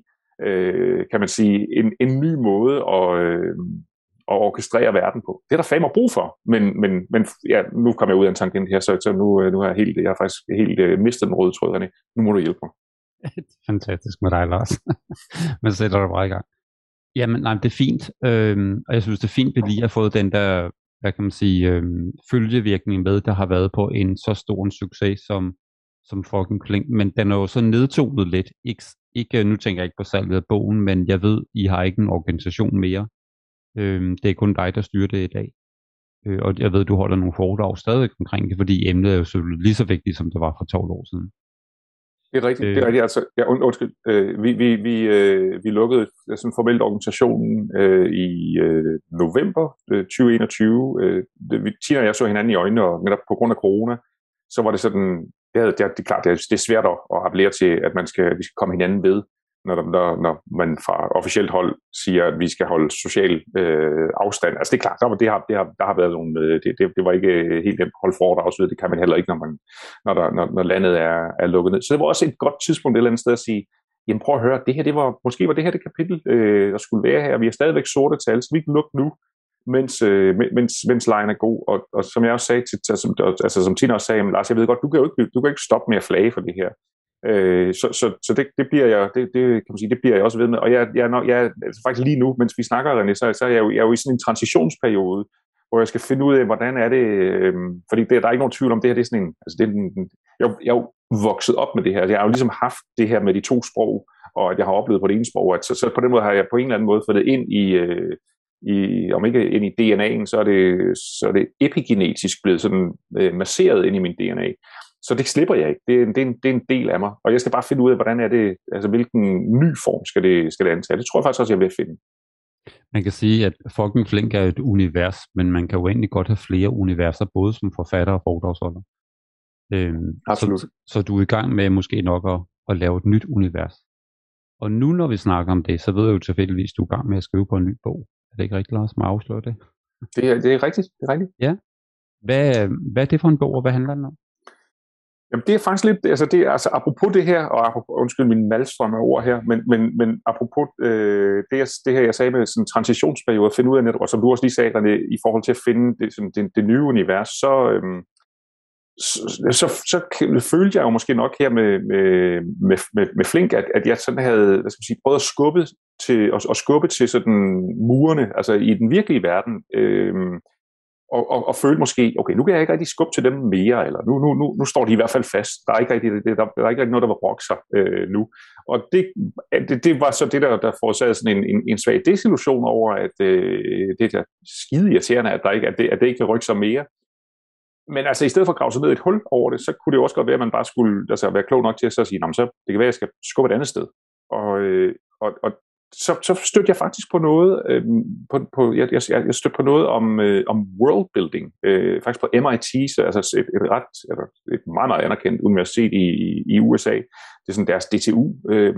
øh, kan man sige, en, en ny måde at, øh, at orkestrere verden på. Det er der fandme brug for, men, men, men ja, nu kommer jeg ud af en tangent her, så, så nu, nu er jeg helt, jeg har faktisk helt uh, mistet den røde tråd, René. Nu må du hjælpe mig. Fantastisk med dig, Lars. Man sætter dig bare i gang. Jamen, nej, det er fint, øhm, og jeg synes, det er fint, at vi lige har fået den der, hvad kan man sige, øhm, følgevirkning med, der har været på en så stor en succes som, som fucking Flink, men den er jo så nedtonet lidt. Ikke, ikke, nu tænker jeg ikke på salget af bogen, men jeg ved, I har ikke en organisation mere. Øhm, det er kun dig, der styrer det i dag. Øh, og jeg ved, du holder nogle foredrag stadig omkring det, fordi emnet er jo selvfølgelig lige så vigtigt, som det var for tolv år siden. Det er rigtigt. Øh. Det er rigtigt. Altså, ja, und, undskyld. Øh, vi, vi, vi, øh, vi lukkede sådan formelt organisationen øh, i øh, november øh, tyve enogtyve. Øh, det, Tina og jeg så hinanden i øjnene, og netop på grund af corona, så var det sådan, det, havde, det, er, det er klart, det er, det er svært at, at appellere til, at man skal, vi skal komme hinanden ved, når, når, når man fra officielt hold siger, at vi skal holde social øh, afstand. Altså det er klart, der, det har, det har, der har været nogle, det, det, det var ikke helt nemt at holde foredrag og så videre. Det kan man heller ikke, når, man, når, der, når, når landet er, er lukket ned. Så det var også et godt tidspunkt et eller andet sted at sige, jamen prøv at høre, det her, det var, måske var det her det kapitel, øh, der skulle være her. Vi er stadigvæk sorte tal, så vi kan lukke nu, mens, øh, mens, mens lejen er god. Og, og som jeg også sagde, til, som, altså som Tina også sagde, jamen, Lars, jeg ved godt, du kan jo ikke, du kan ikke stoppe med at flage for det her. Øh, så så, så det, det bliver jeg det, det, kan man sige, det bliver jeg også ved med. Og jeg, jeg, jeg, jeg altså faktisk lige nu, mens vi snakker, René, så, så er jeg, jo, jeg er jo i sådan en transitionsperiode, hvor jeg skal finde ud af, hvordan er det, øh, fordi det, der er ikke nogen tvivl om, det her det er sådan en, altså det er en, jeg, jeg er jo vokset op med det her. Jeg har jo ligesom haft det her med de to sprog, og at jeg har oplevet på det ene sprog, at så, så på den måde har jeg på en eller anden måde fået det ind i, øh, i om ikke ind i D N A'en, så er det, så er det epigenetisk blevet sådan øh, masseret ind i min D N A. Så det slipper jeg ikke. Det er, en, det, er en, det er en del af mig. Og jeg skal bare finde ud af, hvordan er det, altså hvilken ny form skal det, skal det antage. Det tror jeg faktisk også, jeg vil finde. Man kan sige, at fucking Flink er et univers, men man kan jo egentlig godt have flere universer, både som forfatter og foredragsholder. Øhm, Absolut. Så, så du er i gang med måske nok at, at lave et nyt univers. Og nu når vi snakker om det, så ved jeg jo tilfældigvis, at du er i gang med at skrive på en ny bog. Er det ikke rigtigt, Lars? Må jeg afsløre det? Det er, det er rigtigt. Det er rigtigt. Ja. Hvad, hvad er det for en bog, og hvad handler den om? Jamen, det er faktisk lidt, altså det er, altså apropos det her, og apropos, undskyld min malstrøm af ord her, men, men, men apropos øh, det, det her, jeg sagde med sådan en transitionsperiode, at finde ud af netop, og som du også lige sagde, René, i forhold til at finde det, sådan, det, det nye univers, så, øhm, så, så, så følte jeg jo måske nok her med, med, med, med, med Flink, at, at jeg sådan havde, hvad skal man sige, prøvet at skubbe til, at, at skubbe til sådan murene, altså i den virkelige verden, øhm, Og, og, og føle måske, okay, nu kan jeg ikke rigtig skubbe til dem mere, eller nu, nu, nu, nu står de i hvert fald fast. Der er ikke rigtig, der, der er ikke rigtig noget, der vil brokke sig øh, nu. Og det, det, det var så det, der, der forårsagede sådan en, en, en svag desillusion over, at øh, det der skide irriterende, at, der ikke, at, det, at det ikke vil rykke sig mere. Men altså, i stedet for at grave sig ned et hul over det, så kunne det også godt være, at man bare skulle altså, være klog nok til at så sige, så det kan være, at jeg skal skubbe et andet sted. Og, øh, og, og Så, så stødte jeg faktisk på noget, øh, på, på, jeg, jeg, jeg stødte på noget om, øh, om worldbuilding, øh, faktisk på M I T, så, altså et, et, ret, et meget, meget anerkendt universitet i, i, i U S A. Det er sådan deres D T U. Øh,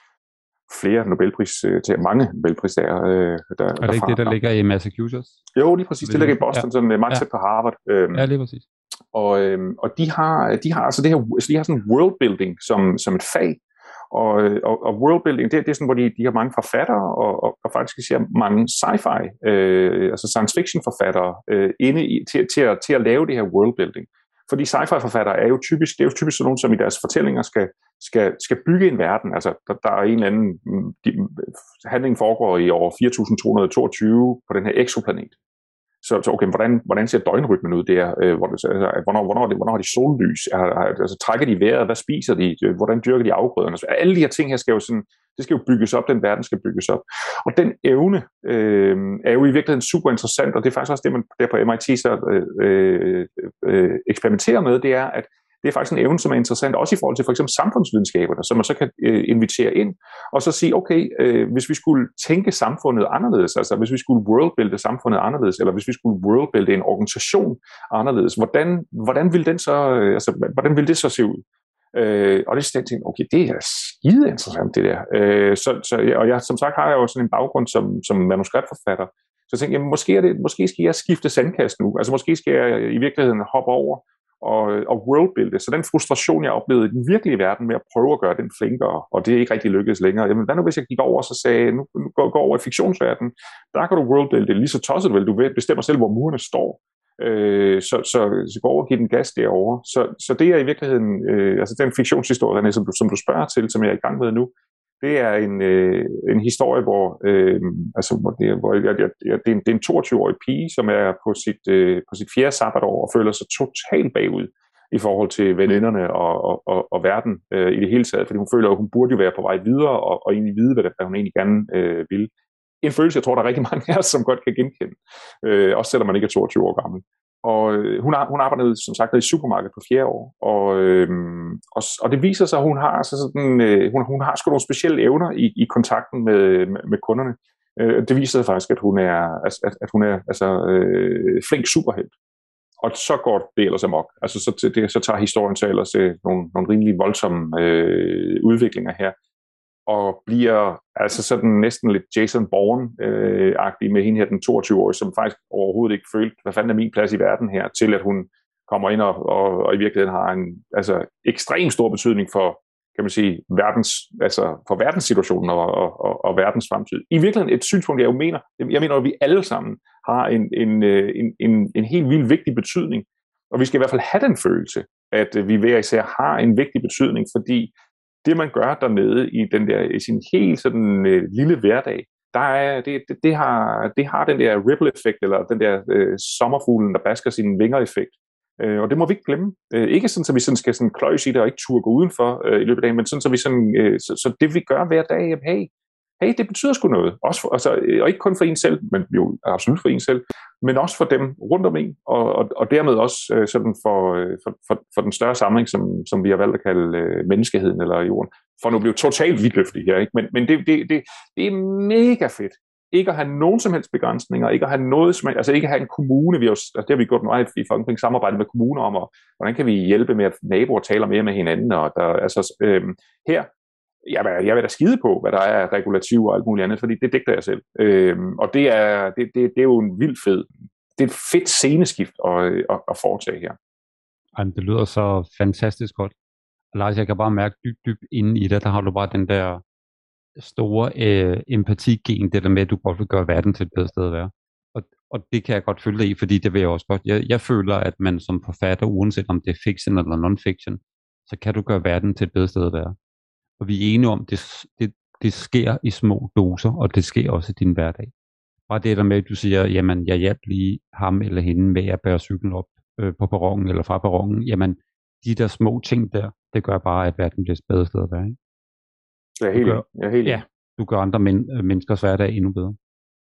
flere Nobelpris, øh, til mange Nobelpris der. Øh, der er det ikke det, der ligger i Massachusetts? Jo, lige præcis. Det ligger i Boston, ja. Sådan meget tæt ja. På Harvard. Øh, ja, lige præcis. Og, øh, og de har, de har altså det her, de har sådan worldbuilding som, som et fag. Og, og, og worldbuilding, det, det er sådan, hvor de, de har mange forfattere, og, og, og faktisk især mange sci-fi, øh, altså science fiction forfattere, øh, inde i, til, til, at, til at lave det her worldbuilding. Fordi sci-fi forfattere er jo typisk, det er jo typisk sådan nogle, som i deres fortællinger skal, skal, skal bygge en verden. Altså, der, der er en eller anden, de, handlingen foregår i år fire tusind to hundrede og toogtyve på den her exoplanet. Så, så okay, hvordan, hvordan ser døgnrytmen ud der? Øh, hvor det, altså, hvornår, hvornår, hvornår har de sollys? Er, altså, trækker de vejret? Hvad spiser de? Hvordan dyrker de afgrøderne? Så alle de her ting her skal jo, sådan, det skal jo bygges op, den verden skal bygges op. Og den evne øh, er jo i virkeligheden super interessant, og det er faktisk også det, man der på M I T så øh, øh, eksperimenterer med, det er, at det er faktisk en evne, som er interessant, også i forhold til for eksempel samfundsvidenskaberne, som man så kan øh, invitere ind, og så sige, okay, øh, hvis vi skulle tænke samfundet anderledes, altså hvis vi skulle worldbuilde samfundet anderledes, eller hvis vi skulle worldbuilde en organisation anderledes, hvordan, hvordan ville den så, øh, altså, hvordan ville det så se ud? Øh, og det er sådan, okay, det er skide interessant, det der. Øh, så, så, og jeg, som sagt har jeg jo sådan en baggrund som, som manuskriptforfatter, så Så jeg tænkte, jamen, måske, er det, måske skal jeg skifte sandkast nu. Altså måske skal jeg i virkeligheden hoppe over og, og worldbuilde. Så den frustration, jeg oplevede i den virkelige verden med at prøve at gøre den flinkere, og det er ikke rigtig lykkedes længere. Jamen hvad nu hvis jeg gik over og så sagde, nu, nu går, går over i fiktionsverdenen, der kan du worldbuilde det lige så tosset vel. Du bestemmer selv, hvor murene står. Øh, så, så, så gå over og give den gas derovre. Så, så det er i virkeligheden, øh, altså den fiktionshistorie, som du, som du spørger til, som jeg er i gang med nu, det er en, øh, en historie, hvor, øh, altså, hvor, det, hvor jeg, jeg, jeg, det, er en, det er en toogtyve-årig pige, som er på sit, øh, på sit fjerde sabbatår og føler sig totalt bagud i forhold til veninderne og, og, og, og verden øh, i det hele taget, fordi hun føler, at hun burde jo være på vej videre og, og egentlig vide, hvad, det, hvad hun egentlig gerne øh, vil. En følelse, jeg tror, der er rigtig mange af os, som godt kan genkende, øh, også selvom man ikke er toogtyve år gammel. Og øh, hun, har, hun arbejder, som sagt, i supermarkedet på fjerde år, og, øh, og, og det viser sig, at hun har, altså sådan, øh, hun, hun har sgu nogle specielle evner i, i kontakten med, med, med kunderne. Øh, det viser sig faktisk, at hun er, at, at hun er altså, øh, flink superhelt. Og så går det ellers amok. Altså, så, det, så tager historien til ellers øh, nogle, nogle rimelig voldsomme øh, udviklinger her. Og bliver altså sådan næsten lidt Jason Bourne-agtig med hende her, den toogtyve-årige, som faktisk overhovedet ikke følte, hvad fanden er min plads i verden her, til at hun kommer ind og, og, og i virkeligheden har en altså, ekstrem stor betydning for, kan man sige, verdens, altså for verdenssituationen og, og, og, og verdens fremtid. I virkeligheden et synspunkt, jeg jo mener, jeg mener, at vi alle sammen har en, en, en, en, en helt vildt vigtig betydning, og vi skal i hvert fald have den følelse, at vi hver især har en vigtig betydning, fordi det, man gør dernede i den der i sin helt sådan øh, lille hverdag, der er, det, det, det, har, det har den der ripple-effekt, eller den der øh, sommerfuglen, der basker sine vinger-effekt. Øh, og det må vi ikke glemme. Øh, ikke sådan, så vi sådan skal sådan kløjs i det og ikke turde gå udenfor øh, i løbet af dagen, men sådan, så vi sådan, øh, så, så det vi gør hver dag, jamen, hey, hey, det betyder sgu noget. Også for, altså, og ikke kun for en selv, men jo absolut for en selv, men også for dem rundt om en, og, og, og dermed også øh, sådan for, øh, for, for, for den større samling, som, som vi har valgt at kalde øh, menneskeheden eller jorden. For nu bliver totalt vidtløftig her, ikke? Men, men det, det, det, det er mega fedt. Ikke at have nogen som helst begrænsninger, ikke at have noget som, altså ikke at have en kommune. Vi har, altså det har vi gjort meget i Folketing samarbejde med kommuner om, og hvordan kan vi hjælpe med, at naboer taler mere med hinanden, og der, altså øh, her, Jeg vil, jeg vil da skide på, hvad der er af regulativer og alt muligt andet, fordi det digter jeg selv. Øhm, og det er, det, det, det er jo en vild fed, det er et fedt sceneskift at, at, at foretage her. Jamen, det lyder så fantastisk godt. Lars, jeg kan bare mærke dybt, dybt inde i det, der har du bare den der store øh, empatigen, det der med, at du godt vil gøre verden til et bedre sted at være. Og, og det kan jeg godt følge dig i, fordi det vil jeg også godt. Jeg, jeg føler, at man som forfatter, uanset om det er fiction eller non-fiction, så kan du gøre verden til et bedre sted at være. Og vi er enige om, at det, det, det sker i små doser, og det sker også i din hverdag. Bare det der med, at du siger, jamen jeg hjalp lige ham eller hende med at bære cyklen op øh, på perronen eller fra perronen. Jamen de der små ting der, det gør bare, at verden bliver et bedre sted at være. Ikke? Jeg er helt, gør, jeg er helt ja, du gør andre men, menneskers hverdag endnu bedre.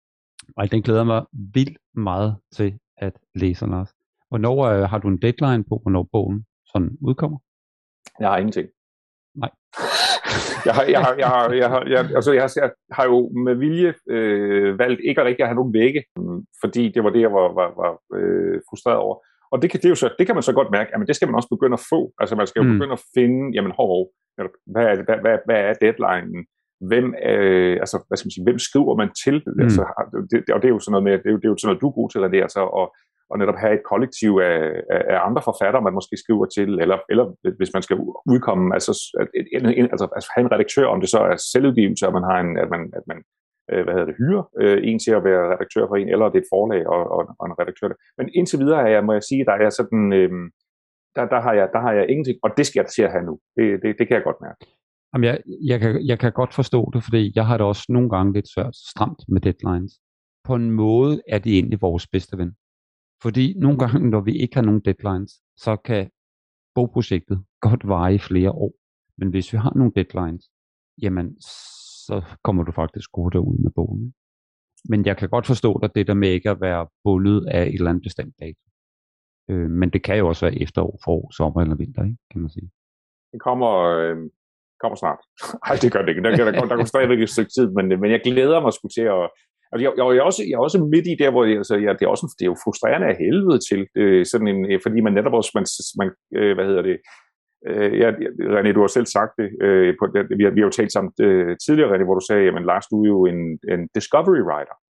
Og den glæder mig vildt meget til at læse, Lars. Hvornår øh, har du en deadline på, hvornår bogen sådan udkommer? Jeg har ingenting. Nej. jeg, har, jeg, har, jeg, har, jeg, har, jeg, altså jeg, har, jeg har jo med vilje øh, valgt ikke rigtig at have nogen vægge, fordi det var det, jeg var, var, var øh, frustreret over. Og det kan, det, jo så, det kan man så godt mærke, at det skal man også begynde at få. Altså man skal jo mm. begynde at finde, jamen hov, hov, hvad er, hvad, hvad, hvad er deadlinen? Hvem, øh, altså, hvad skal man sige, hvem skriver man til? Mm. Altså, det, og det er jo sådan noget med, det er jo, det er jo sådan noget, du er god til at det, altså, og, og netop have et kollektiv af, af, af andre forfattere, man måske skriver til, eller, eller hvis man skal udkomme, altså, et, et, altså, altså have en redaktør, om det så er selvudgivelse, at man har en, at man, at man øh, hvad hedder det, hyrer øh, en til at være redaktør for en, eller det er et forlag og, og, og en redaktør. Men indtil videre er jeg, må jeg sige, der er sådan, øh, der, der, har jeg, der har jeg ingenting, og det skal jeg til at have nu. Det, det, det kan jeg godt mærke. Jamen jeg, jeg, kan, jeg kan godt forstå det, fordi jeg har det også nogle gange lidt svært stramt med deadlines. På en måde er det egentlig vores bedste ven. Fordi nogle gange, når vi ikke har nogen deadlines, så kan bogprojektet godt vare i flere år. Men hvis vi har nogle deadlines, jamen så kommer du faktisk hurtigere ud med bogen. Men jeg kan godt forstå dig, det der med ikke at være bundet af et eller andet bestemt dato. Øh, men det kan jo også være efterår, forår, sommer eller vinter, ikke? Kan man sige. Det kommer... Øh... kommer snart. Nej, det gør det ikke. Der, der, der, der går stadigvæk et stykke tid, men, men jeg glæder mig sgu til at... Altså, jeg, jeg, jeg, er også, jeg er også midt i der, hvor jeg, altså, jeg, det, er også, det er jo frustrerende af helvede til, øh, sådan en, fordi man netop også, man, man øh, hvad hedder det, øh, ja, René, du har selv sagt det, øh, på, det vi, har, vi har jo talt sammen øh, tidligere, René, hvor du sagde, jamen Lars, du er jo en, en discovery writer,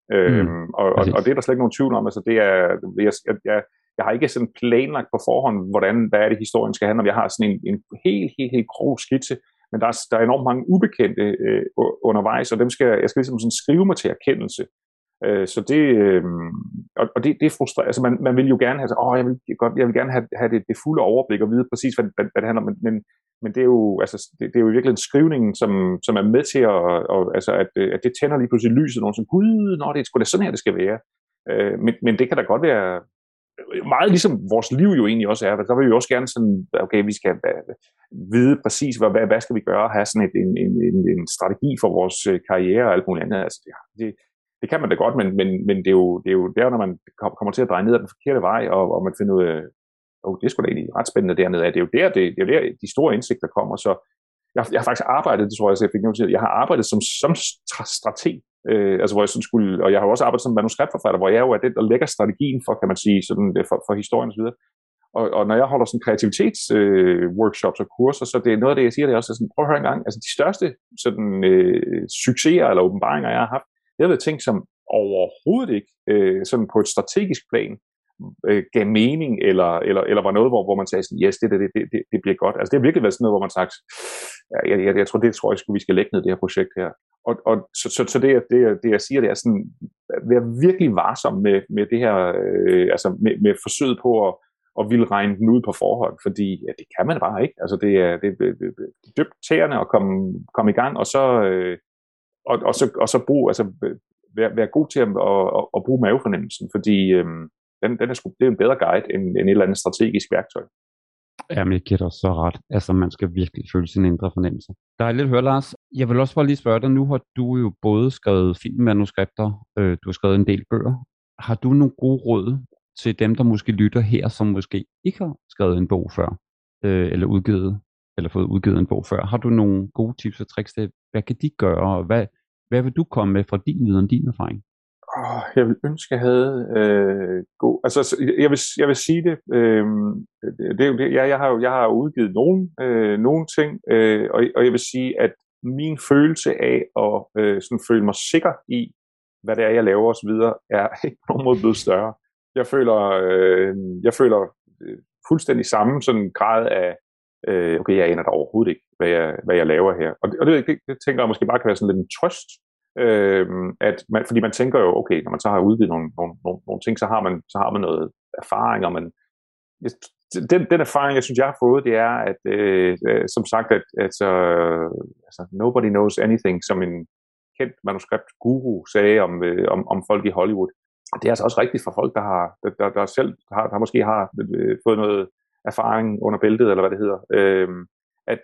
Øhm, mm, og, og, og det er der slet ikke nogen tvivl om. Altså, det er, jeg, jeg, jeg har ikke sådan planlagt på forhånd, hvordan, hvad er det historien skal handle om. Jeg har sådan en, en helt, helt, helt grov skitse, men der er, der er enormt mange ubekendte øh, undervejs, og dem skal jeg skal ligesom sådan skrive mig til erkendelse. Øh, så det, øh, og, og det, det er frustrerende. Altså man, man vil jo gerne have, åh, jeg vil, godt, jeg vil gerne have, have det, det fulde overblik og vide præcis, hvad, hvad, hvad det handler om, men, men, men det er jo, altså, det, det er jo virkelig skrivningen, som, som er med til at, og, altså, at, at det tænder lige pludselig lyset, nogen som, gud, nå, det er sgu da sådan her, det skal være. Øh, men, men det kan da godt være, meget ligesom vores liv jo egentlig også er, der vil vi også gerne sådan, okay, vi skal vide præcis, hvad, hvad skal vi gøre, og have sådan et, en, en, en, en strategi for vores karriere og alt muligt andet. Altså, det, det, det kan man da godt, men, men, men det, er jo, det er jo der, når man kommer til at dreje ned ad den forkerte vej, og, og man finder ud af, oh, det er sgu da egentlig ret spændende dernede af. Det er jo der, det, det er jo der de store indsigter kommer, så jeg, jeg har faktisk arbejdet, det tror jeg, jeg fik nævnt til, jeg har arbejdet som, som strateg, øh, altså hvor jeg sådan skulle, og jeg har også arbejdet som manuskriptforfatter, hvor jeg jo er den, der lægger strategien for, kan man sige, sådan, for, for historien og så videre. Og, og når jeg holder sådan kreativitetsworkshops øh, og kurser, så det er noget af det, jeg siger, det er også sådan, prøv at høre en gang, altså de største sådan, øh, succeser eller åbenbaringer, jeg har haft, det har været ting, som overhovedet ikke øh, sådan på et strategisk plan øh, gav mening, eller, eller, eller var noget, hvor, hvor man sagde sådan, yes, det, det, det, det, det bliver godt. Altså det har virkelig været sådan noget, hvor man sagt, ja, jeg, jeg, jeg tror, det tror jeg, vi skal lægge ned det her projekt her. Og, og så, så, så det, det, det, jeg siger, det er sådan, være virkelig varsom med, med det her, øh, altså med, med forsøget på at, at ville regne den ud på forhånd, fordi ja, det kan man bare ikke. Altså det er, det, det, det, det er dybt tærende at komme, komme i gang, og så, øh, og, og så, og så bruge, altså være, være god til at, at, at bruge mavefornemmelsen, fordi øh, den, den er sgu, det er en bedre guide end, end et eller andet strategisk værktøj. Jamen, jeg giver dig så ret. Altså, man skal virkelig føle sin indre fornemmelse. Der er lidt at høre, Lars. Jeg vil også bare lige spørge dig, nu har du jo både skrevet filmmanuskripter, øh, du har skrevet en del bøger. Har du nogle gode råd til dem, der måske lytter her, som måske ikke har skrevet en bog før, øh, eller udgivet, eller fået udgivet en bog før? Har du nogle gode tips og tricks til, hvad kan de gøre, og hvad, hvad vil du komme med fra din viden, din erfaring? Oh, jeg vil ønske, jeg havde øh, god... Altså, jeg vil, jeg vil sige det. Øh, det, det jeg, jeg, har, jeg har udgivet nogle, øh, nogle ting, øh, og, og jeg vil sige, at min følelse af at øh, sådan føle mig sikker i, hvad det er, jeg laver osv., er ikke på nogen måde blevet større. Jeg føler, øh, jeg føler fuldstændig samme sådan grad af, øh, okay, jeg aner da overhovedet ikke, hvad jeg, hvad jeg laver her. Og det, og det, det tænker jeg måske bare kan være sådan lidt en trøst, Øhm, at man, fordi man tænker jo, okay, når man så har udgivet nogle, nogle, nogle, nogle ting, så har man, så har man noget erfaring, og man, den, den erfaring, jeg synes, jeg har fået, det er, at øh, som sagt, at, at så, altså, nobody knows anything, som en kendt manuskriptguru sagde om, øh, om, om folk i Hollywood. Og det er altså også rigtigt for folk, der har, der, der selv har, der måske har øh, fået noget erfaring under bæltet, eller hvad det hedder, øh, at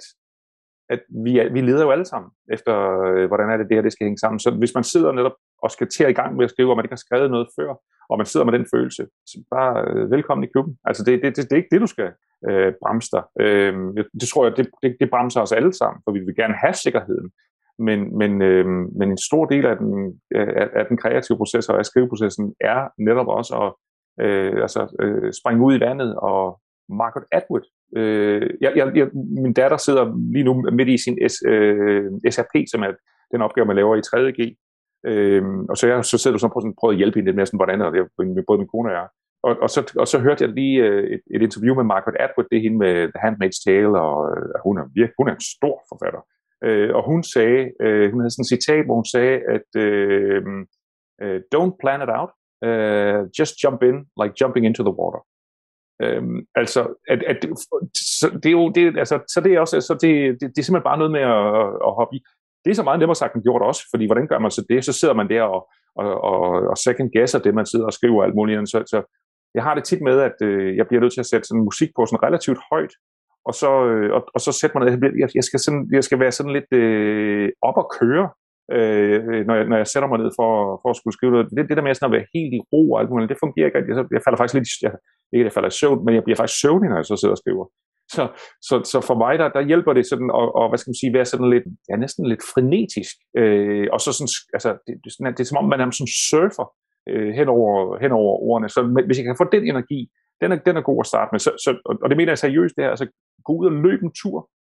at vi, er, vi leder jo alle sammen efter, øh, hvordan er det, det her det skal hænge sammen. Så hvis man sidder netop og skal til i gang med at skrive, og man ikke har skrevet noget før, og man sidder med den følelse, så bare øh, velkommen i klubben. Altså det, det, det, det er ikke det, du skal øh, bremse dig. Øh, det tror jeg, det, det, det bremser os alle sammen, for vi vil gerne have sikkerheden. Men, men, øh, men en stor del af den, af, af den kreative proces og af skriveprocessen er netop også at øh, altså, øh, springe ud i vandet og Margaret Atwood. Øh, jeg, jeg, min datter sidder lige nu midt i sin S, øh, S R P, som er den opgave, man laver i tredje G. Øh, og så, jeg, så sidder du sådan på sådan, prøvet at hjælpe hende lidt med, sådan, hvordan er det, med både min kone og jeg. Og, og, så, og så hørte jeg lige et, et interview med Margaret Atwood, det er hende med The Handmaid's Tale, og uh, hun, er virkelig, hun er en stor forfatter. Øh, og hun sagde, øh, hun havde sådan et citat, hvor hun sagde, at øh, uh, don't plan it out, uh, just jump in, like jumping into the water. Øhm, altså, at, at det, så det er jo, det, altså, så det er også, så det, det, det er simpelthen bare noget med at, at, at hoppe i. Det er så meget nemmere sagt end gjort også, fordi hvordan gør man så det? Så sidder man der og, og, og, og second guesser det, man sidder og skriver alt muligt. Så, så jeg har det tit med, at øh, jeg bliver nødt til at sætte sådan musik på sådan relativt højt, og så, øh, og, og så sætter man ned. Jeg, jeg, skal sådan, jeg skal være sådan lidt øh, op og køre, øh, når, jeg, når jeg sætter mig ned for, for at skulle skrive noget. Det, det der med sådan at være helt i ro og alt muligt, det fungerer ikke. Jeg, jeg falder faktisk lidt, jeg, ikke at jeg falder i søvn, men jeg bliver faktisk søvnig, når jeg så sidder og skriver. Så, så, så for mig, der, der hjælper det sådan at, og, hvad skal man sige, være sådan lidt, ja, næsten lidt frenetisk. Øh, og så sådan, altså, det, det, det, det er som om, man er sådan surfer øh, hen, over, hen over ordene. Så hvis jeg kan få den energi, den er, den er god at starte med. Så, så, og det mener jeg seriøst, det her, altså gå ud og løbe en tur.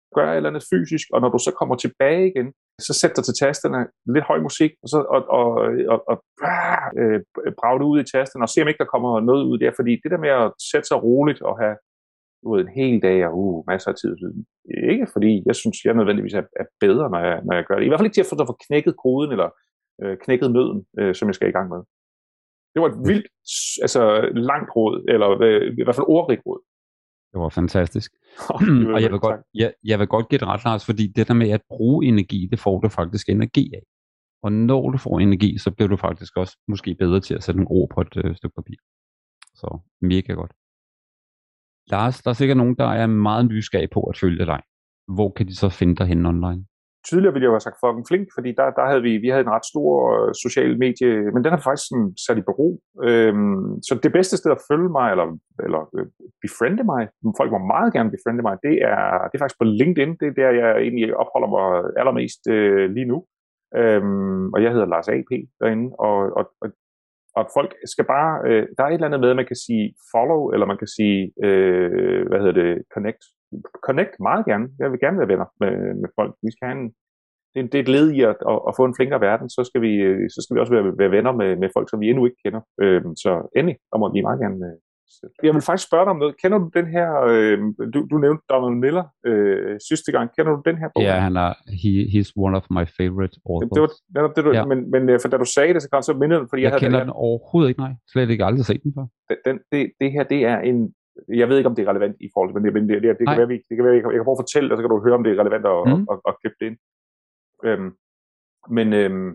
gøre et eller andet fysisk, og når du så kommer tilbage igen, så sæt dig til tasterne, lidt høj musik, og så og, og, og, og øh, brag det ud i tasterne, og se om ikke der kommer noget ud der, fordi det der med at sætte sig roligt og have ud en hel dag og uh, masser af tid, ikke fordi jeg synes, jeg nødvendigvis er, er bedre, når jeg, når jeg gør det. I hvert fald ikke til at få, at få knækket koden, eller øh, knækket nøden, øh, som jeg skal i gang med. Det var et vildt, altså langt råd, eller øh, i hvert fald ordrigt råd. Det var fantastisk. Oh, og jeg vil, godt, jeg, jeg vil godt give det ret, Lars, fordi det der med at bruge energi, det får du faktisk energi af. Og når du får energi, så bliver du faktisk også måske bedre til at sætte en ord på et øh, stykke papir. Så mega godt. Lars, der er sikkert nogen, der er meget nysgerrige på at følge dig. Hvor kan de så finde dig henne online? Tidligere ville jeg jo have sagt fucking flink, fordi der, der havde vi, vi havde en ret stor uh, social medie, men den har faktisk sådan sat i bero. Øhm, så det bedste sted at følge mig, eller, eller uh, befriende mig, folk må meget gerne befriende mig, det er, det er faktisk på LinkedIn. Det er der, jeg egentlig opholder mig allermest uh, lige nu. Øhm, og jeg hedder Lars A P derinde, og, og, og, og folk skal bare, øh, der er et eller andet med, at man kan sige follow, eller man kan sige, øh, hvad hedder det, connect. Connect meget gerne. Jeg vil gerne være venner med, med folk. Vi skal have en, det, er, det er et led i at, at, at få en flinkere verden, så skal vi, så skal vi også være, være venner med, med folk, som vi endnu ikke kender. Øh, så endelig, der må vi meget gerne. Øh, jeg vil faktisk spørge dig om noget. Kender du den her, øh, du, du nævnte Donald Miller øh, sidste gang. Kender du den her bog? Ja, han er, he, he's one of my favorite authors. Det var, det var, det var, ja. men, men for da du sagde det, så kan jeg så minde den, fordi jeg, jeg havde kender den, den overhovedet ikke, nej. Slet ikke, aldrig set den før. Den, det, det her, det er en, jeg ved ikke, om det er relevant i forhold til, men det, men det, det, det kan være, vi, det kan være, jeg kan, jeg kan prøve at fortælle, og så kan du høre, om det er relevant at, mm. at, at, at klippe det ind. Øhm, men, øhm,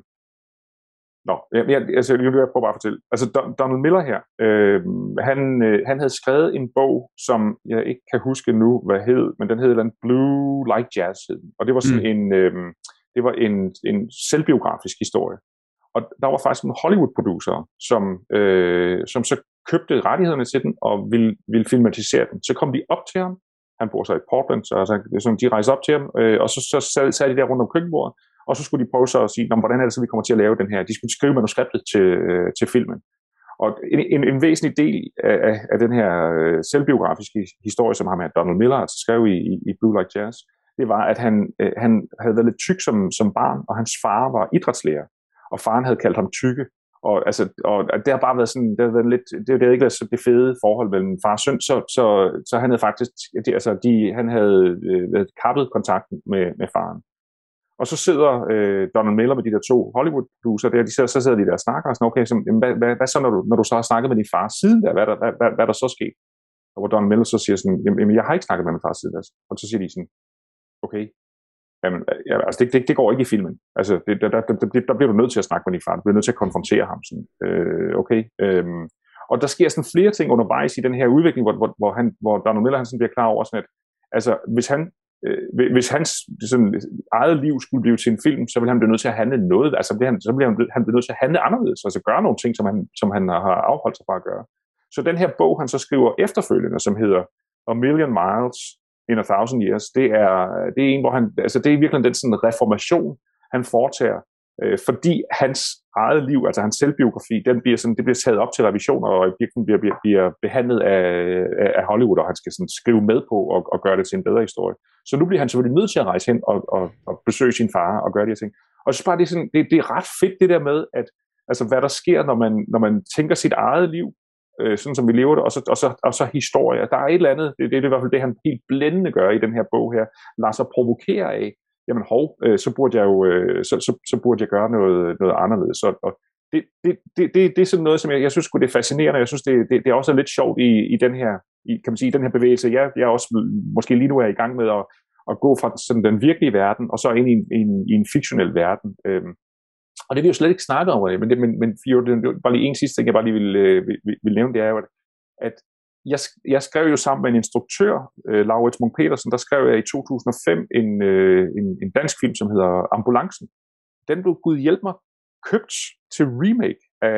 nå, jeg, jeg, altså, jeg vil prøve bare at fortælle. Altså, Don, Donald Miller her, øh, han, øh, han havde skrevet en bog, som jeg ikke kan huske nu, hvad hed, men den hed den Blue Like Jazz, og det var sådan mm. en, øh, det var en, en selvbiografisk historie. Og der var faktisk en Hollywood-producer, som, øh, som så købte rettighederne til den og ville, ville filmatisere den. Så kom de op til ham. Han bor så i Portland, så altså, de rejste op til ham, øh, og så, så sad de der rundt om køkkenbordet, og så skulle de prøve så at sige, hvordan er det så, vi kommer til at lave den her. De skulle skrive manuskriptet til, øh, til filmen. Og en, en, en væsentlig del af, af, af den her øh, selvbiografiske historie, som ham her Donald Miller altså skrev i, i, i Blue Like Jazz, det var, at han, øh, han havde været lidt tyk som, som barn, og hans far var idrætslærer. Og faren havde kaldt ham tykke, og, altså, og det har bare været sådan, det har været lidt, det, det havde ikke været så det fede forhold mellem far og søn, så, så, så han havde faktisk, det, altså de, han havde øh, kappet kontakten med, med faren. Og så sidder øh, Donald Miller med de der to Hollywood-producer der, de sidder, så sidder de der og snakker og sådan, okay, så, jamen, hvad, hvad, hvad så, når du, når du så har snakket med din far siden der, hvad, hvad, hvad, hvad er der så sket? Og hvor Donald Miller så siger sådan, jamen, jeg har ikke snakket med min far siden der. Og så siger de sådan, okay, jamen, ja, altså det, det, det går ikke i filmen. Altså, det, der, der, der, der bliver du nødt til at snakke med din far. Du bliver nødt til at konfrontere ham. Sådan. Øh, okay. Øhm, og der sker sådan flere ting undervejs i den her udvikling, hvor, hvor, hvor, han, hvor Donald Miller han sådan bliver klar over, sådan at altså, hvis, han, øh, hvis hans sådan, eget liv skulle blive til en film, så vil han blive nødt til at handle noget. Altså, bliver han, så bliver han, han bliver nødt til at handle anderledes. Altså gøre nogle ting, som han, som han har afholdt sig fra at gøre. Så den her bog, han så skriver efterfølgende, som hedder A Million Miles in a Thousand Years, det er, det er en, hvor han, altså det er virkelig den sådan reformation, han foretager, øh, fordi hans eget liv, altså hans selvbiografi, den bliver sådan, det bliver taget op til revision, og virkelig bliver, bliver, bliver behandlet af, af Hollywood, og han skal sådan skrive med på og, og gøre det til en bedre historie. Så nu bliver han selvfølgelig nødt til at rejse hen og, og, og besøge sin far og gøre de her ting. Og så bare det er sådan, det, det er ret fedt det der med, at altså hvad der sker, når man, når man tænker sit eget liv, sådan som vi lever det, og så, og så, og så historie. Der er et eller andet, det, det er i hvert fald det, han helt blændende gør i den her bog her, lader sig provokere af, jamen hov, så burde jeg jo, så, så, så burde jeg gøre noget, noget anderledes. Og, og det, det, det, det, det er sådan noget, som jeg, jeg synes det er fascinerende, jeg synes, det, det, det er også lidt sjovt i, i den her, i, kan man sige, i den her bevægelse. Jeg, jeg er også måske lige nu er i gang med at, at gå fra sådan den virkelige verden, og så ind i en, i en, i en fiktionel verden. Øhm, Og det vil jo slet ikke snakke om det, men, det, men, men jo, det, bare lige en sidste ting, jeg bare lige vil, vil, vil nævne, det er jo, at jeg, jeg skrev jo sammen med en instruktør, uh, Laurits Munch-Petersen, der skrev jeg i to tusind og fem en, uh, en, en dansk film, som hedder Ambulancen. Den blev, Gud hjælp mig, købt til remake af,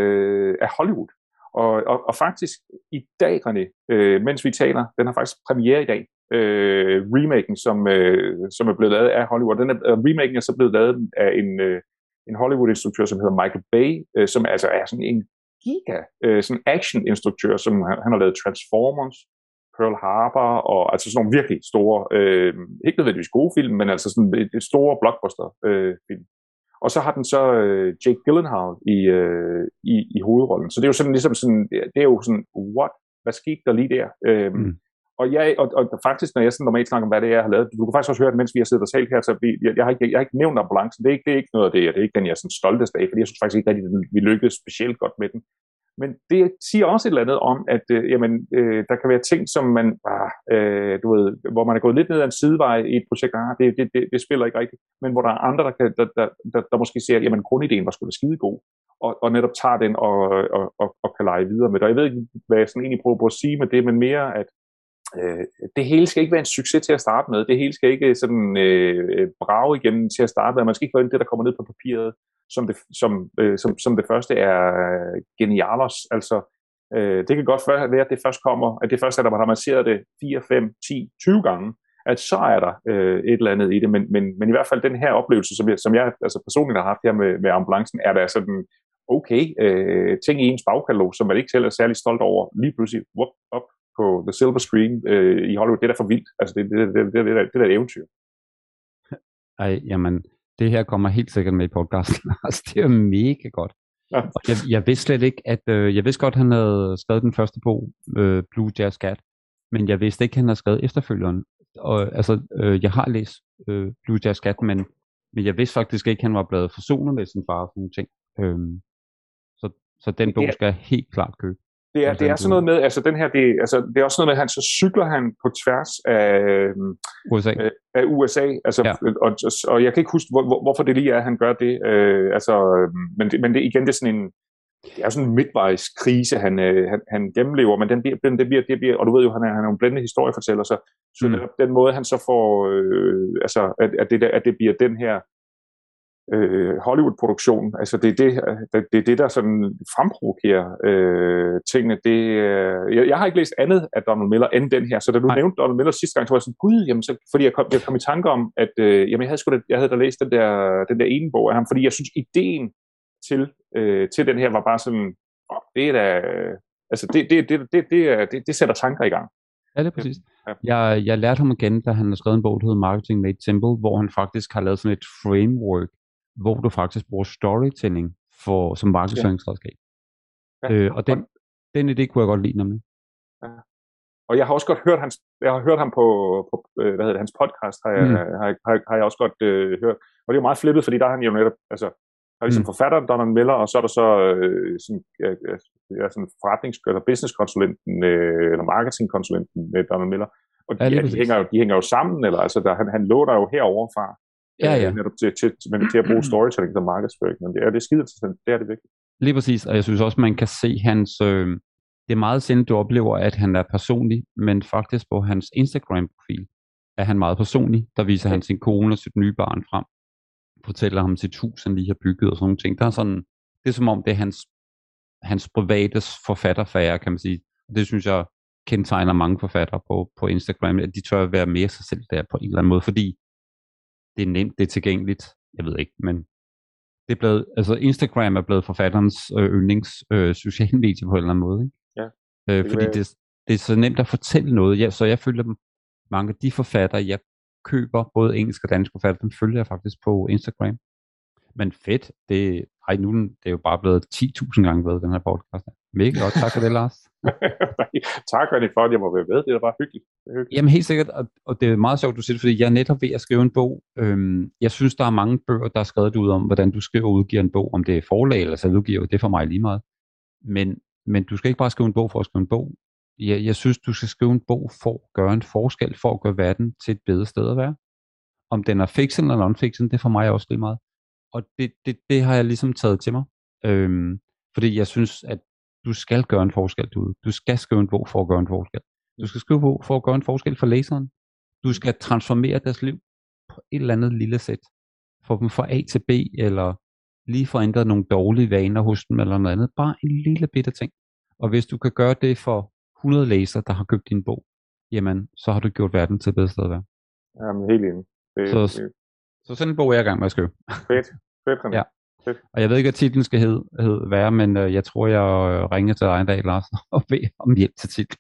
af Hollywood. Og, og, og faktisk i dag, René, uh, mens vi taler, den har faktisk premiere i dag, uh, remaken, som, uh, som er blevet lavet af Hollywood. Den er, uh, remaken er så blevet lavet af en... Uh, en Hollywood-instruktør, som hedder Michael Bay, øh, som altså er sådan en giga øh, sådan action-instruktør, som han, han har lavet Transformers, Pearl Harbor, og altså sådan nogle virkelig store, øh, ikke nødvendigvis gode film, men altså sådan et, et store blockbuster-film. Øh, film. Og så har den så øh, Jake Gyllenhaal i, øh, i, i hovedrollen. Så det er jo sådan ligesom sådan, det er jo sådan, what? Hvad skete der lige der? Øh, mm. Og, jeg, og, og faktisk, når jeg sådan normalt snakker om, hvad det er, jeg har lavet, du kan faktisk også høre det, mens vi har siddet og talt her, så vi, jeg, jeg, har ikke, jeg har ikke nævnt ambulancen. Det er ikke, det er ikke noget af det, det er ikke den, jeg er sådan stoltest af, fordi jeg synes faktisk ikke rigtig, at vi lykkedes specielt godt med den. Men det siger også et eller andet om, at øh, jamen, øh, der kan være ting, som man, ah, øh, du ved, hvor man er gået lidt ned ad en sidevej i et projekt, ah, det, det, det, det spiller ikke rigtigt, men hvor der er andre, der, kan, der, der, der, der måske ser, at jamen, grundideen var sgu da skidegod, og, og netop tager den og, og, og, og kan lege videre med det. Og jeg ved ikke, hvad jeg sådan egentlig prøver på at sige med det, men mere, at øh, det hele skal ikke være en succes til at starte med. Det hele skal ikke sådan øh, brage igennem til at starte med. Man skal ikke være det, der kommer ned på papiret, som det, som, øh, som, som det første er genialos. Altså, øh, det kan godt være, at det først kommer, at det først er, at man har masseret det fire, fem, ti, tyve gange, at så er der øh, et eller andet i det. Men, men, men i hvert fald den her oplevelse, som jeg, som jeg altså personligt har haft her med, med ambulancen, er der sådan, okay, øh, ting i ens bagkatalog, som man ikke selv er særlig stolt over, lige pludselig, whoop, op på the silver screen øh, i Hollywood. Det er da for vildt. Altså, det, det, det, det, det, det, det er et eventyr. Ej, jamen, det her kommer helt sikkert med i podcasten. Altså, det er mega godt. Ja. Og jeg, jeg vidste slet ikke, at øh, jeg vidste godt, at han havde skrevet den første bog, øh, Blue Jazz Cat, men jeg vidste ikke, at han havde skrevet efterfølgeren. Og, altså, øh, jeg har læst øh, Blue Jazz Cat, men, men jeg vidste faktisk ikke, at han var blevet forsonet med sin far og sådan nogle ting. Øhm, så, så den bog skal jeg helt klart købe. Det er, det er sådan noget med, altså den her, det, altså, det er også noget med, at han så cykler han på tværs af U S A. Øh, af U S A, altså, ja. og, og jeg kan ikke huske, hvor, hvor, hvorfor det lige er, at han gør det, øh, altså, men, det, men det, igen, det er sådan en, det er sådan en midtvejskrise, han, øh, han, han gennemlever, men den bliver, den, det bliver, det bliver, og du ved jo, han er, han er en blændende historiefortæller, så, så mm. den måde, han så får, øh, altså, at, at, det, at det bliver den her, Øh, Hollywood-produktion, altså det er det, det, er det der sådan fremprovokerer øh, tingene. Det, øh, jeg, jeg har ikke læst andet af Donald Miller end den her, så da du Nej. nævnte Donald Miller sidste gang, så var jeg sådan, gud, jamen, så, fordi jeg kom, jeg kom i tanke om, at øh, jamen, jeg havde sgu da, jeg havde da læst den der, den der ene bog af ham, fordi jeg synes, ideen til, øh, til den her var bare sådan, oh, det er da, øh, altså det, det, det, det, det, det, det sætter tanker i gang. Ja, det er præcis. Ja. Jeg, jeg lærte ham igen, da han har skrevet en bog, der hedder Marketing Made Simple, hvor han faktisk har lavet sådan et framework, hvor du faktisk bruger storytelling for, som markedsføringsredskab. Ja. Øh, og den, den idé kunne jeg godt lide nemlig. Ja. Og jeg har også godt hørt hans, jeg har hørt ham på, på hvad hedder det, hans podcast, har jeg, mm. har, har, har jeg også godt øh, hørt. Og det er jo meget flippet, fordi der er han jo netop, altså, der er ligesom mm. forfatteren Donald Miller, og så er der så øh, sådan, ja, ja, sådan forretnings- eller businesskonsulenten, øh, eller marketingkonsulenten med Donald Miller. Og de, ja, de, hænger, jo, de hænger jo sammen, eller altså, der, han, han låter jo heroverfra. Ja, ja. Netop til, til, til, til at bruge storytelling som markedsføring, men det er det skide interessant, det er det vigtigt. Lige præcis, og jeg synes også, man kan se hans, øh, det er meget sjældent, du oplever, at han er personlig, men faktisk på hans Instagram-profil er han meget personlig, der viser han sin kone og sit nye barn frem, fortæller ham sit hus, han lige har bygget og sådan nogle ting. Der er sådan, det er som om, det er hans, hans private forfatterfære, kan man sige. Det synes jeg kendetegner mange forfattere på, på Instagram, at de tør være mere sig selv der på en eller anden måde, fordi det er nemt, det er tilgængeligt, jeg ved ikke, men det er blevet, altså Instagram er blevet forfatterens øh, yndlings øh, sociale medier på en eller anden måde, ikke? Ja. Øh, fordi det, det er så nemt at fortælle noget, ja, så jeg følger dem, mange af de forfattere, jeg køber, både engelsk og dansk forfatter, dem følger jeg faktisk på Instagram. Men fedt, det, ej, nu det er jo bare blevet ti tusind gange ved den her podcast. Mega godt, tak for det, Lars. Tak for, at jeg må være med, det er bare hyggeligt. Det er hyggeligt. Jamen helt sikkert, og, og det er meget sjovt, du siger det, fordi jeg er netop ved at skrive en bog. Øhm, jeg synes, der er mange bøger, der er skrevet ud om, hvordan du skriver og udgiver en bog, om det er forlag eller selvudgiver, det er for mig lige meget. Men, men du skal ikke bare skrive en bog for at skrive en bog. Jeg, jeg synes, du skal skrive en bog for at gøre en forskel, for at gøre verden til et bedre sted at være. Om den er fiction eller non-fiction, det er for mig også lige meget. Og det, det, det har jeg ligesom taget til mig. Øhm, fordi jeg synes, at du skal gøre en forskel derude. Du skal skrive en bog for at gøre en forskel. Du skal skrive en bog for at gøre en forskel for læseren. Du skal transformere deres liv på et eller andet lille sæt. Få dem fra A til B, eller lige forændre nogle dårlige vaner hos dem, eller noget andet. Bare en lille bitte ting. Og hvis du kan gøre det for hundrede læsere, der har købt din bog, jamen, så har du gjort verden til et bedre sted at være. Jamen, helt enig. Det, så, det. så sådan en bog er jeg i gang med at skrive. Fedt. Fedt, ja. Fedt. Og jeg ved ikke, hvad titlen skal hed, hed være, men øh, jeg tror, jeg ringer til dig en dag, Lars, og beder om hjælp til titlen.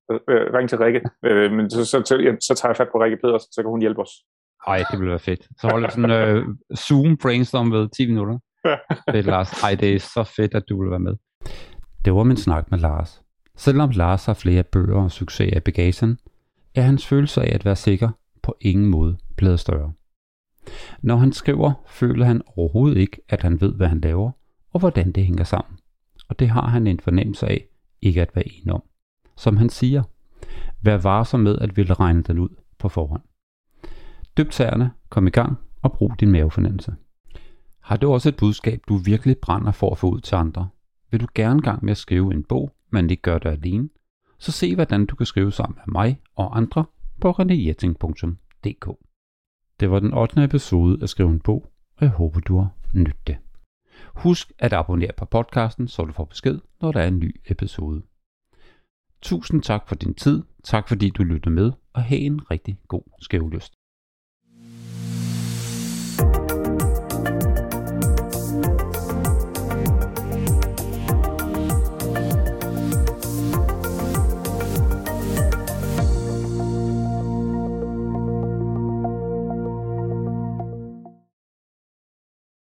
øh, ring til Rikke. Øh, men så, så, så, ja, så tager jeg fat på Rikke Pedersen, så kan hun hjælpe os. Ej, det ville være fedt. Så holder sådan en øh, Zoom-brainstorm ved ti minutter. Det er Lars. Ej, det er så fedt, at du vil være med. Det var min snak med Lars. Selvom Lars har flere bøger og succeser i bagagen, er hans følelse af at være sikker på ingen måde blevet større. Når han skriver, føler han overhovedet ikke, at han ved, hvad han laver, og hvordan det hænger sammen. Og det har han en fornemmelse af ikke at være enig om. Som han siger, vær varsom med at ville regne den ud på forhånd. Dyb tæerne, kom i gang og brug din mavefornemmelse. Har du også et budskab, du virkelig brænder for at få ud til andre? Vil du gerne gang med at skrive en bog, men ikke gør det alene? Så se hvordan du kan skrive sammen med mig og andre på renéjetting punktum d k. Det var den ottende episode af Skriv en bog, og jeg håber du har nydt det. Husk at abonnere på podcasten, så du får besked, når der er en ny episode. Tusind tak for din tid, tak fordi du lyttede med, og have en rigtig god skrivelyst.